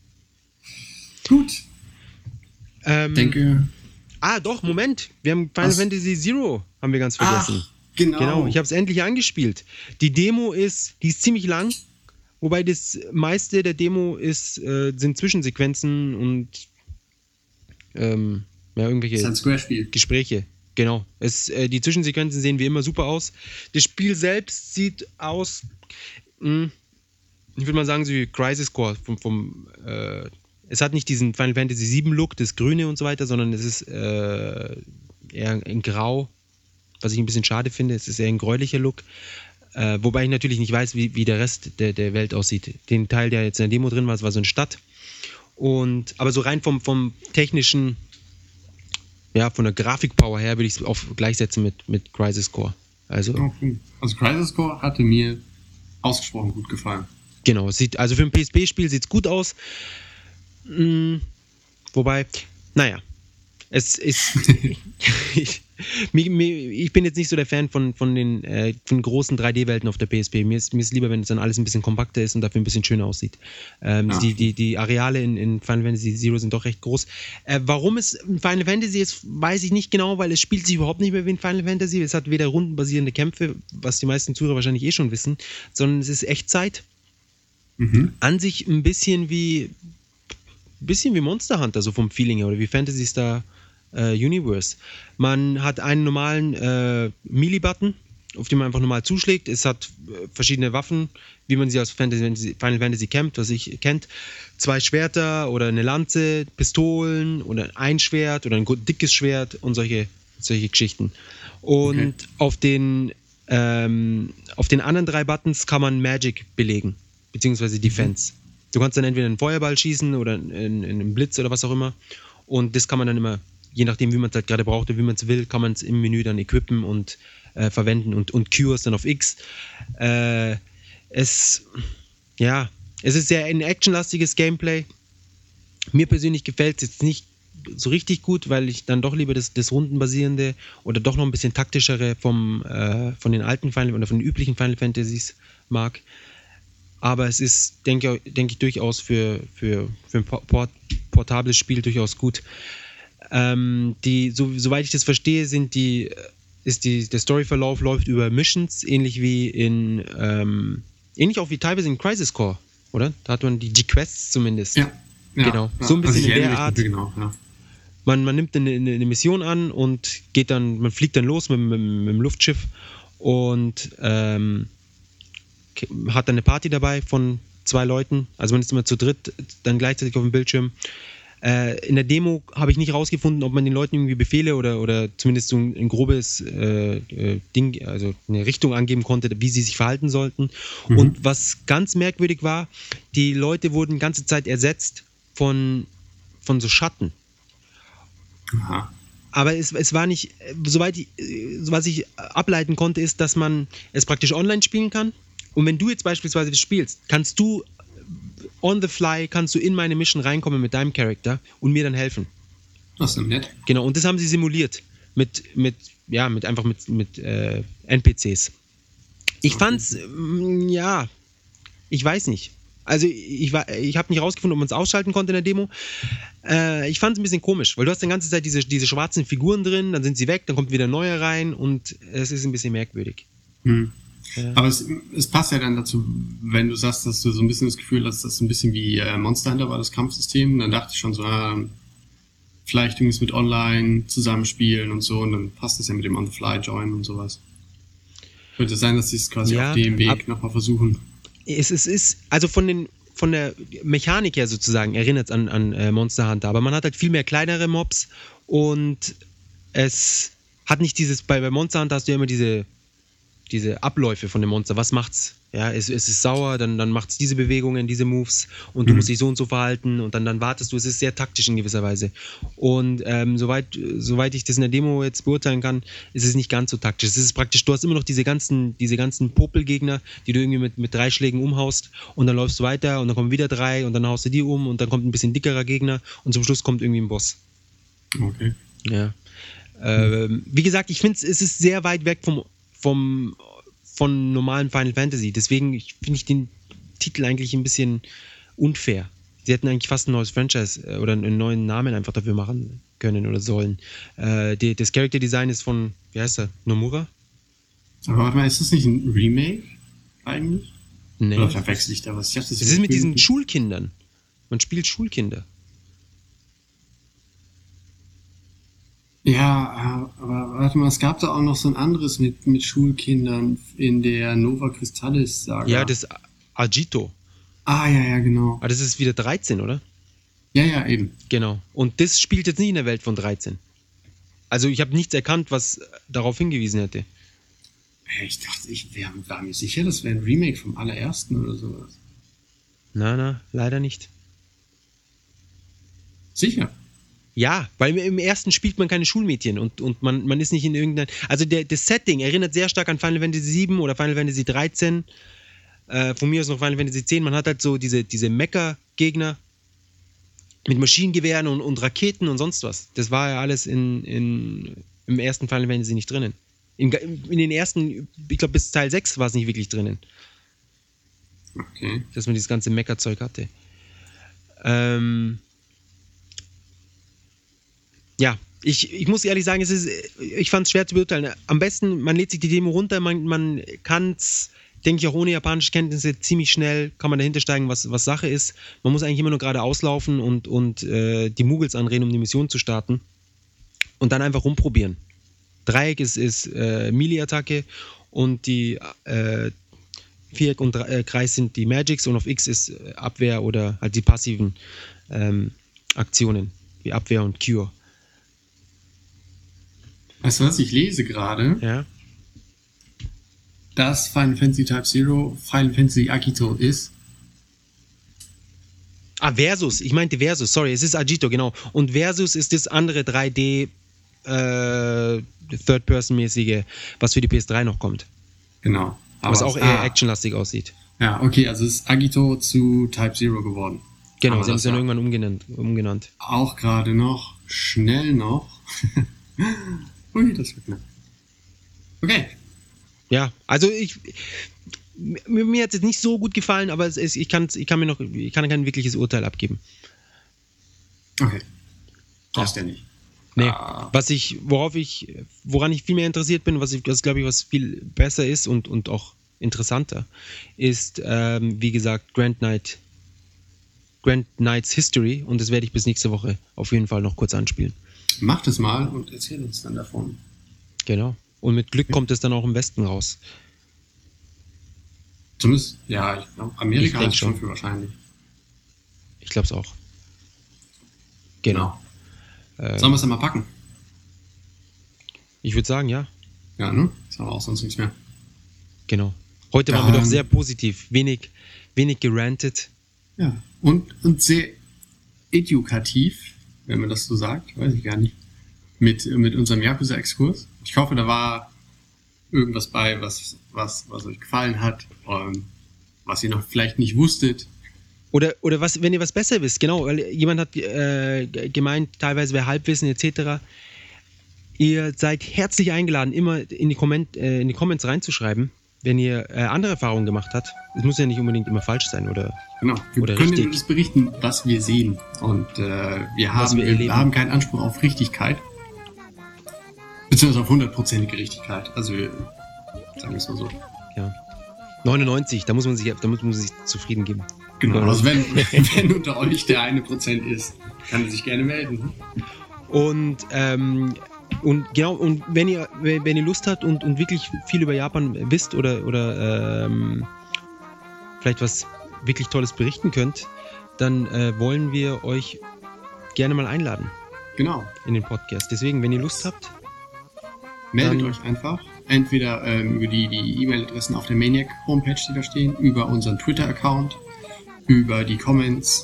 Gut. Ähm, denke. Ah, doch, Moment. Wir haben Final Was? Fantasy Zero, haben wir ganz vergessen. Ach, genau. Genau, ich habe es endlich angespielt. Die Demo ist, die ist ziemlich lang, wobei das meiste der Demo ist, äh, sind Zwischensequenzen und ähm, ja, irgendwelche das ist ein Square-Spiel. Gespräche. Genau. Es, äh, die Zwischensequenzen sehen wie immer super aus. Das Spiel selbst sieht aus, mh, ich würde mal sagen, so wie Crisis Core. Vom, vom, äh, es hat nicht diesen Final Fantasy sieben Look, das Grüne und so weiter, sondern es ist äh, eher in Grau, was ich ein bisschen schade finde. Es ist eher ein gräulicher Look. Äh, wobei ich natürlich nicht weiß, wie, wie der Rest der, der Welt aussieht. Den Teil, der jetzt in der Demo drin war, das war so eine Stadt. Und, aber so rein vom, vom technischen, ja, von der Grafikpower her würde ich es auf gleichsetzen mit, mit Crisis Core. Also, okay. Also Crisis Core hatte mir ausgesprochen gut gefallen. Genau, es sieht, also für ein P S P-Spiel sieht es gut aus. Hm, wobei, naja, es ist. ich, mir, mir, ich bin jetzt nicht so der Fan von, von den äh, von großen drei D-Welten auf der P S P. Mir ist, mir ist lieber, wenn es dann alles ein bisschen kompakter ist und dafür ein bisschen schöner aussieht. Ähm, ja. die, die, die Areale in, in Final Fantasy Zero sind doch recht groß. Äh, warum es Final Fantasy ist, weiß ich nicht genau, weil es spielt sich überhaupt nicht mehr wie ein Final Fantasy. Es hat weder rundenbasierende Kämpfe, was die meisten Zuhörer wahrscheinlich eh schon wissen, sondern es ist Echtzeit. Mhm. An sich ein bisschen wie ein bisschen wie Monster Hunter, so vom Feeling her, oder wie Phantasy Star äh, Universe. Man hat einen normalen äh, Melee-Button, auf den man einfach normal zuschlägt. Es hat äh, verschiedene Waffen, wie man sie aus Fantasy, Final Fantasy kennt, was ich kennt. Zwei Schwerter oder eine Lanze, Pistolen oder ein Schwert oder ein dickes Schwert und solche, solche Geschichten. Und okay. auf den ähm, auf den anderen drei Buttons kann man Magic belegen, beziehungsweise Defense. Du kannst dann entweder einen Feuerball schießen oder einen, einen Blitz oder was auch immer. Und das kann man dann immer, je nachdem, wie man es halt gerade braucht oder wie man es will, kann man es im Menü dann equippen und äh, verwenden und, und Cures dann auf X. Äh, es, ja, es ist sehr ein actionlastiges Gameplay. Mir persönlich gefällt es jetzt nicht so richtig gut, weil ich dann doch lieber das, das rundenbasierende oder doch noch ein bisschen taktischere vom, äh, von den alten Final oder von den üblichen Final Fantasies mag. Aber es ist, denke, denke ich, durchaus für, für, für ein port, portables Spiel durchaus gut. Ähm, die, so, soweit ich das verstehe, sind die, ist die, der Storyverlauf läuft über Missions, ähnlich wie in, ähm, ähnlich auch wie teilweise in Crisis Core, oder? Da hat man die G-Quests zumindest. Ja, ja, genau. Ja. So ein bisschen also in der Art. Genau, ja. Man, man nimmt eine, eine Mission an und geht dann, man fliegt dann los mit, mit, mit dem Luftschiff und ähm, hat dann eine Party dabei von zwei Leuten, also man ist immer zu dritt dann gleichzeitig auf dem Bildschirm. Äh, in der Demo habe ich nicht rausgefunden, ob man den Leuten irgendwie Befehle oder, oder zumindest so ein, ein grobes äh, äh, Ding, also eine Richtung angeben konnte, wie sie sich verhalten sollten. Mhm. Und was ganz merkwürdig war, die Leute wurden die ganze Zeit ersetzt von, von so Schatten. Aha. Aber es, es war nicht, soweit ich, was ich ableiten konnte, ist, dass man es praktisch online spielen kann. Und wenn du jetzt beispielsweise das spielst, kannst du on the fly, kannst du in meine Mission reinkommen mit deinem Charakter und mir dann helfen. Das ist nett. Genau, und das haben sie simuliert. Mit, mit ja, mit einfach mit, mit äh, N P Cs. Ich okay. fand's, ja, ich weiß nicht. Also ich, war, ich habe nicht rausgefunden, ob man es ausschalten konnte in der Demo. Äh, ich fand es ein bisschen komisch, weil du hast die ganze Zeit diese, diese schwarzen Figuren drin, dann sind sie weg, dann kommt wieder neue rein und es ist ein bisschen merkwürdig. Hm. Ja. Aber es, es passt ja dann dazu, wenn du sagst, dass du so ein bisschen das Gefühl hast, dass es ein bisschen wie äh, Monster Hunter war, das Kampfsystem. Dann dachte ich schon so, ah, vielleicht irgendwas mit Online zusammenspielen und so, und dann passt das ja mit dem On-the-Fly-Join und sowas. Könnte sein, dass sie es quasi ja, auf dem Weg nochmal versuchen. Es, es ist, also von den von der Mechanik her sozusagen erinnert es an, an äh, Monster Hunter, aber man hat halt viel mehr kleinere Mobs und es hat nicht dieses, bei, bei Monster Hunter hast du ja immer diese diese Abläufe von dem Monster, was macht's? Ja, es, es ist sauer, dann, dann macht's diese Bewegungen, diese Moves und du mhm. musst dich so und so verhalten und dann, dann wartest du, es ist sehr taktisch in gewisser Weise. Und ähm, soweit, soweit ich das in der Demo jetzt beurteilen kann, ist es nicht ganz so taktisch. Es ist praktisch, du hast immer noch diese ganzen, diese ganzen Popelgegner, die du irgendwie mit, mit drei Schlägen umhaust und dann läufst du weiter und dann kommen wieder drei und dann haust du die um und dann kommt ein bisschen dickerer Gegner und zum Schluss kommt irgendwie ein Boss. Okay. Ja. Ähm, wie gesagt, ich finde es ist sehr weit weg vom vom von normalen Final Fantasy. Deswegen finde ich den Titel eigentlich ein bisschen unfair. Sie hätten eigentlich fast ein neues Franchise äh, oder einen neuen Namen einfach dafür machen können oder sollen. Äh, die, das Character Design ist von, wie heißt er, Nomura? Aber warte mal, ist das nicht ein Remake eigentlich? Nee. Oder verwechsel ich da was? Ich dachte, das ist mit diesen Schulkindern. Man spielt Schulkinder. Ja, aber warte mal, es gab da auch noch so ein anderes mit, mit Schulkindern in der Nova Crystallis-Saga. Ja, das Agito. Ah, ja, ja, genau. Aber das ist wieder dreizehn, oder? Ja, ja, eben. Genau. Und das spielt jetzt nicht in der Welt von dreizehn. Also ich habe nichts erkannt, was darauf hingewiesen hätte. Ich dachte, ich wär, war mir sicher, das wäre ein Remake vom allerersten oder sowas. Na, na, leider nicht. Sicher? Ja, weil im ersten spielt man keine Schulmädchen und, und man, man ist nicht in irgendein... Also der, das Setting erinnert sehr stark an Final Fantasy sieben oder Final Fantasy dreizehn. Äh, von mir aus noch Final Fantasy zehn. Man hat halt so diese, diese Mecha-Gegner mit Maschinengewehren und, und Raketen und sonst was. Das war ja alles in, in, im ersten Final Fantasy nicht drinnen. In, in den ersten, ich glaube bis Teil sechs war es nicht wirklich drinnen. Okay. Dass man dieses ganze Mecha-Zeug hatte. Ähm... Ja, ich, ich muss ehrlich sagen, es ist, ich fand es schwer zu beurteilen. Am besten, man lädt sich die Demo runter, man, man kann es, denke ich, auch ohne japanische Kenntnisse ziemlich schnell, kann man dahinter steigen, was, was Sache ist. Man muss eigentlich immer nur gerade auslaufen und, und äh, die Muggels anreden, um die Mission zu starten. Und dann einfach rumprobieren. Dreieck ist, ist äh, Melee-Attacke und die äh, Viereck und äh, Kreis sind die Magics und auf X ist Abwehr oder halt die passiven ähm, Aktionen, wie Abwehr und Cure. Weißt du was, ich lese gerade, Ja. dass Final Fantasy Type Zero Final Fantasy Agito ist. Ah, Versus. Ich meinte Versus, sorry, es ist Agito, genau. Und Versus ist das andere drei D äh, Third-Person-mäßige, was für die P S drei noch kommt. Genau. Aber Was auch es- eher ah, actionlastig aussieht. Ja, okay, also es ist Agito zu Type Zero geworden. Genau, Aber sie haben das es dann war irgendwann umgenannt. umgenannt. Auch gerade noch, schnell noch. Ui, das wird knapp. Okay. Ja, also ich... Mir, mir hat es jetzt nicht so gut gefallen, aber es ist, ich, kann's, ich kann mir noch, ich kann kein wirkliches Urteil abgeben. Okay. Brauchst ja nicht. Nee, Ah. was ich, worauf ich, woran ich viel mehr interessiert bin, was ich, was glaube ich, was viel besser ist und, und auch interessanter, ist, ähm, wie gesagt, Grand Knight, Grand Knights History, und das werde ich bis nächste Woche auf jeden Fall noch kurz anspielen. Mach das mal und erzähl uns dann davon. Genau. Und mit Glück kommt es dann auch im Westen raus. Zumindest, ja, ich glaube, Ich Amerika denk ist schon schon. für wahrscheinlich. Ich glaube es auch. Genau. Sollen wir es dann mal packen? Ich würde sagen, ja, Ja, ne? Ist aber auch sonst nichts mehr. genau. Heute waren wir Dann- doch sehr positiv, wenig, wenig gerantet. Ja. Und, und sehr edukativ, wenn man das so sagt, weiß ich gar nicht, mit, mit unserem Yakuza-Exkurs. Ich hoffe, da war irgendwas bei, was, was, was euch gefallen hat, ähm, was ihr noch vielleicht nicht wusstet. Oder, oder was, wenn ihr was besser wisst, genau, weil jemand hat äh, gemeint, teilweise wäre Halbwissen et cetera. Ihr seid herzlich eingeladen, immer in die, Comment, äh, in die Comments reinzuschreiben, wenn ihr äh, andere Erfahrungen gemacht habt. Es muss ja nicht unbedingt immer falsch sein, oder? Genau. Wir Oder können richtig. nur das berichten, was wir sehen. Und äh, wir, haben, wir wir, erleben. haben keinen Anspruch auf Richtigkeit. Beziehungsweise auf hundertprozentige Richtigkeit. Also wir sagen wir es mal so. Ja. neunundneunzig, da muss man sich, da muss man sich zufrieden geben. Genau. Ja. Also wenn, wenn unter euch der eine Prozent ist, kann er sich gerne melden. Und, ähm, und genau, und wenn ihr, wenn ihr Lust habt und, und wirklich viel über Japan wisst oder, oder ähm, vielleicht was wirklich Tolles berichten könnt, dann äh, wollen wir euch gerne mal einladen Genau. in den Podcast. Deswegen, wenn ihr Lust habt, Meldet Dann- euch einfach. Entweder ähm, über die die E-Mail-Adressen auf der Maniac-Homepage, die da stehen, über unseren Twitter-Account, über die Comments.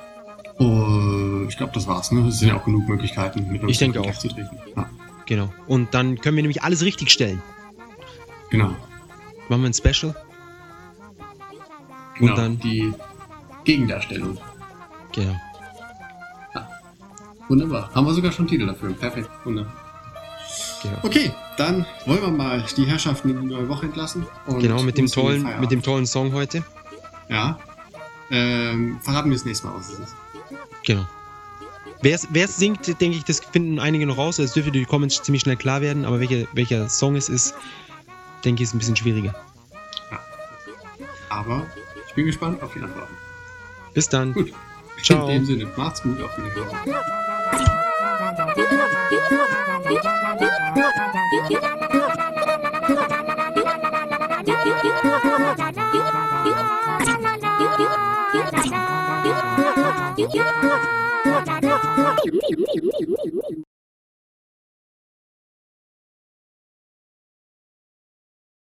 Und ich glaube, das war's. Ne? Es sind ja auch genug Möglichkeiten, mit uns Ich denke in Kontakt auch. zu treten. Ja, genau. Und dann können wir nämlich alles richtig stellen. genau. Machen wir ein Special. genau. Und dann, die Gegendarstellung. genau. Wunderbar. Haben wir sogar schon Titel dafür. Perfekt. Wunderbar. genau. Okay, dann wollen wir mal die Herrschaften in die neue Woche entlassen. Und Genau, mit dem uns in den tollen, Feierabend. mit dem tollen Song heute. Ja. Ähm, verraten wir das nächste Mal, was es ist. Genau. Wer es singt, denke ich, das finden einige noch raus. Es dürfte durch die Comments ziemlich schnell klar werden, aber welcher, welcher Song es ist, denke ich, ist ein bisschen schwieriger. Aber ich bin gespannt auf die Antworten. Bis dann. Gut. Ciao. In dem Sinne, macht's gut, auf Wiedersehen. Thank you.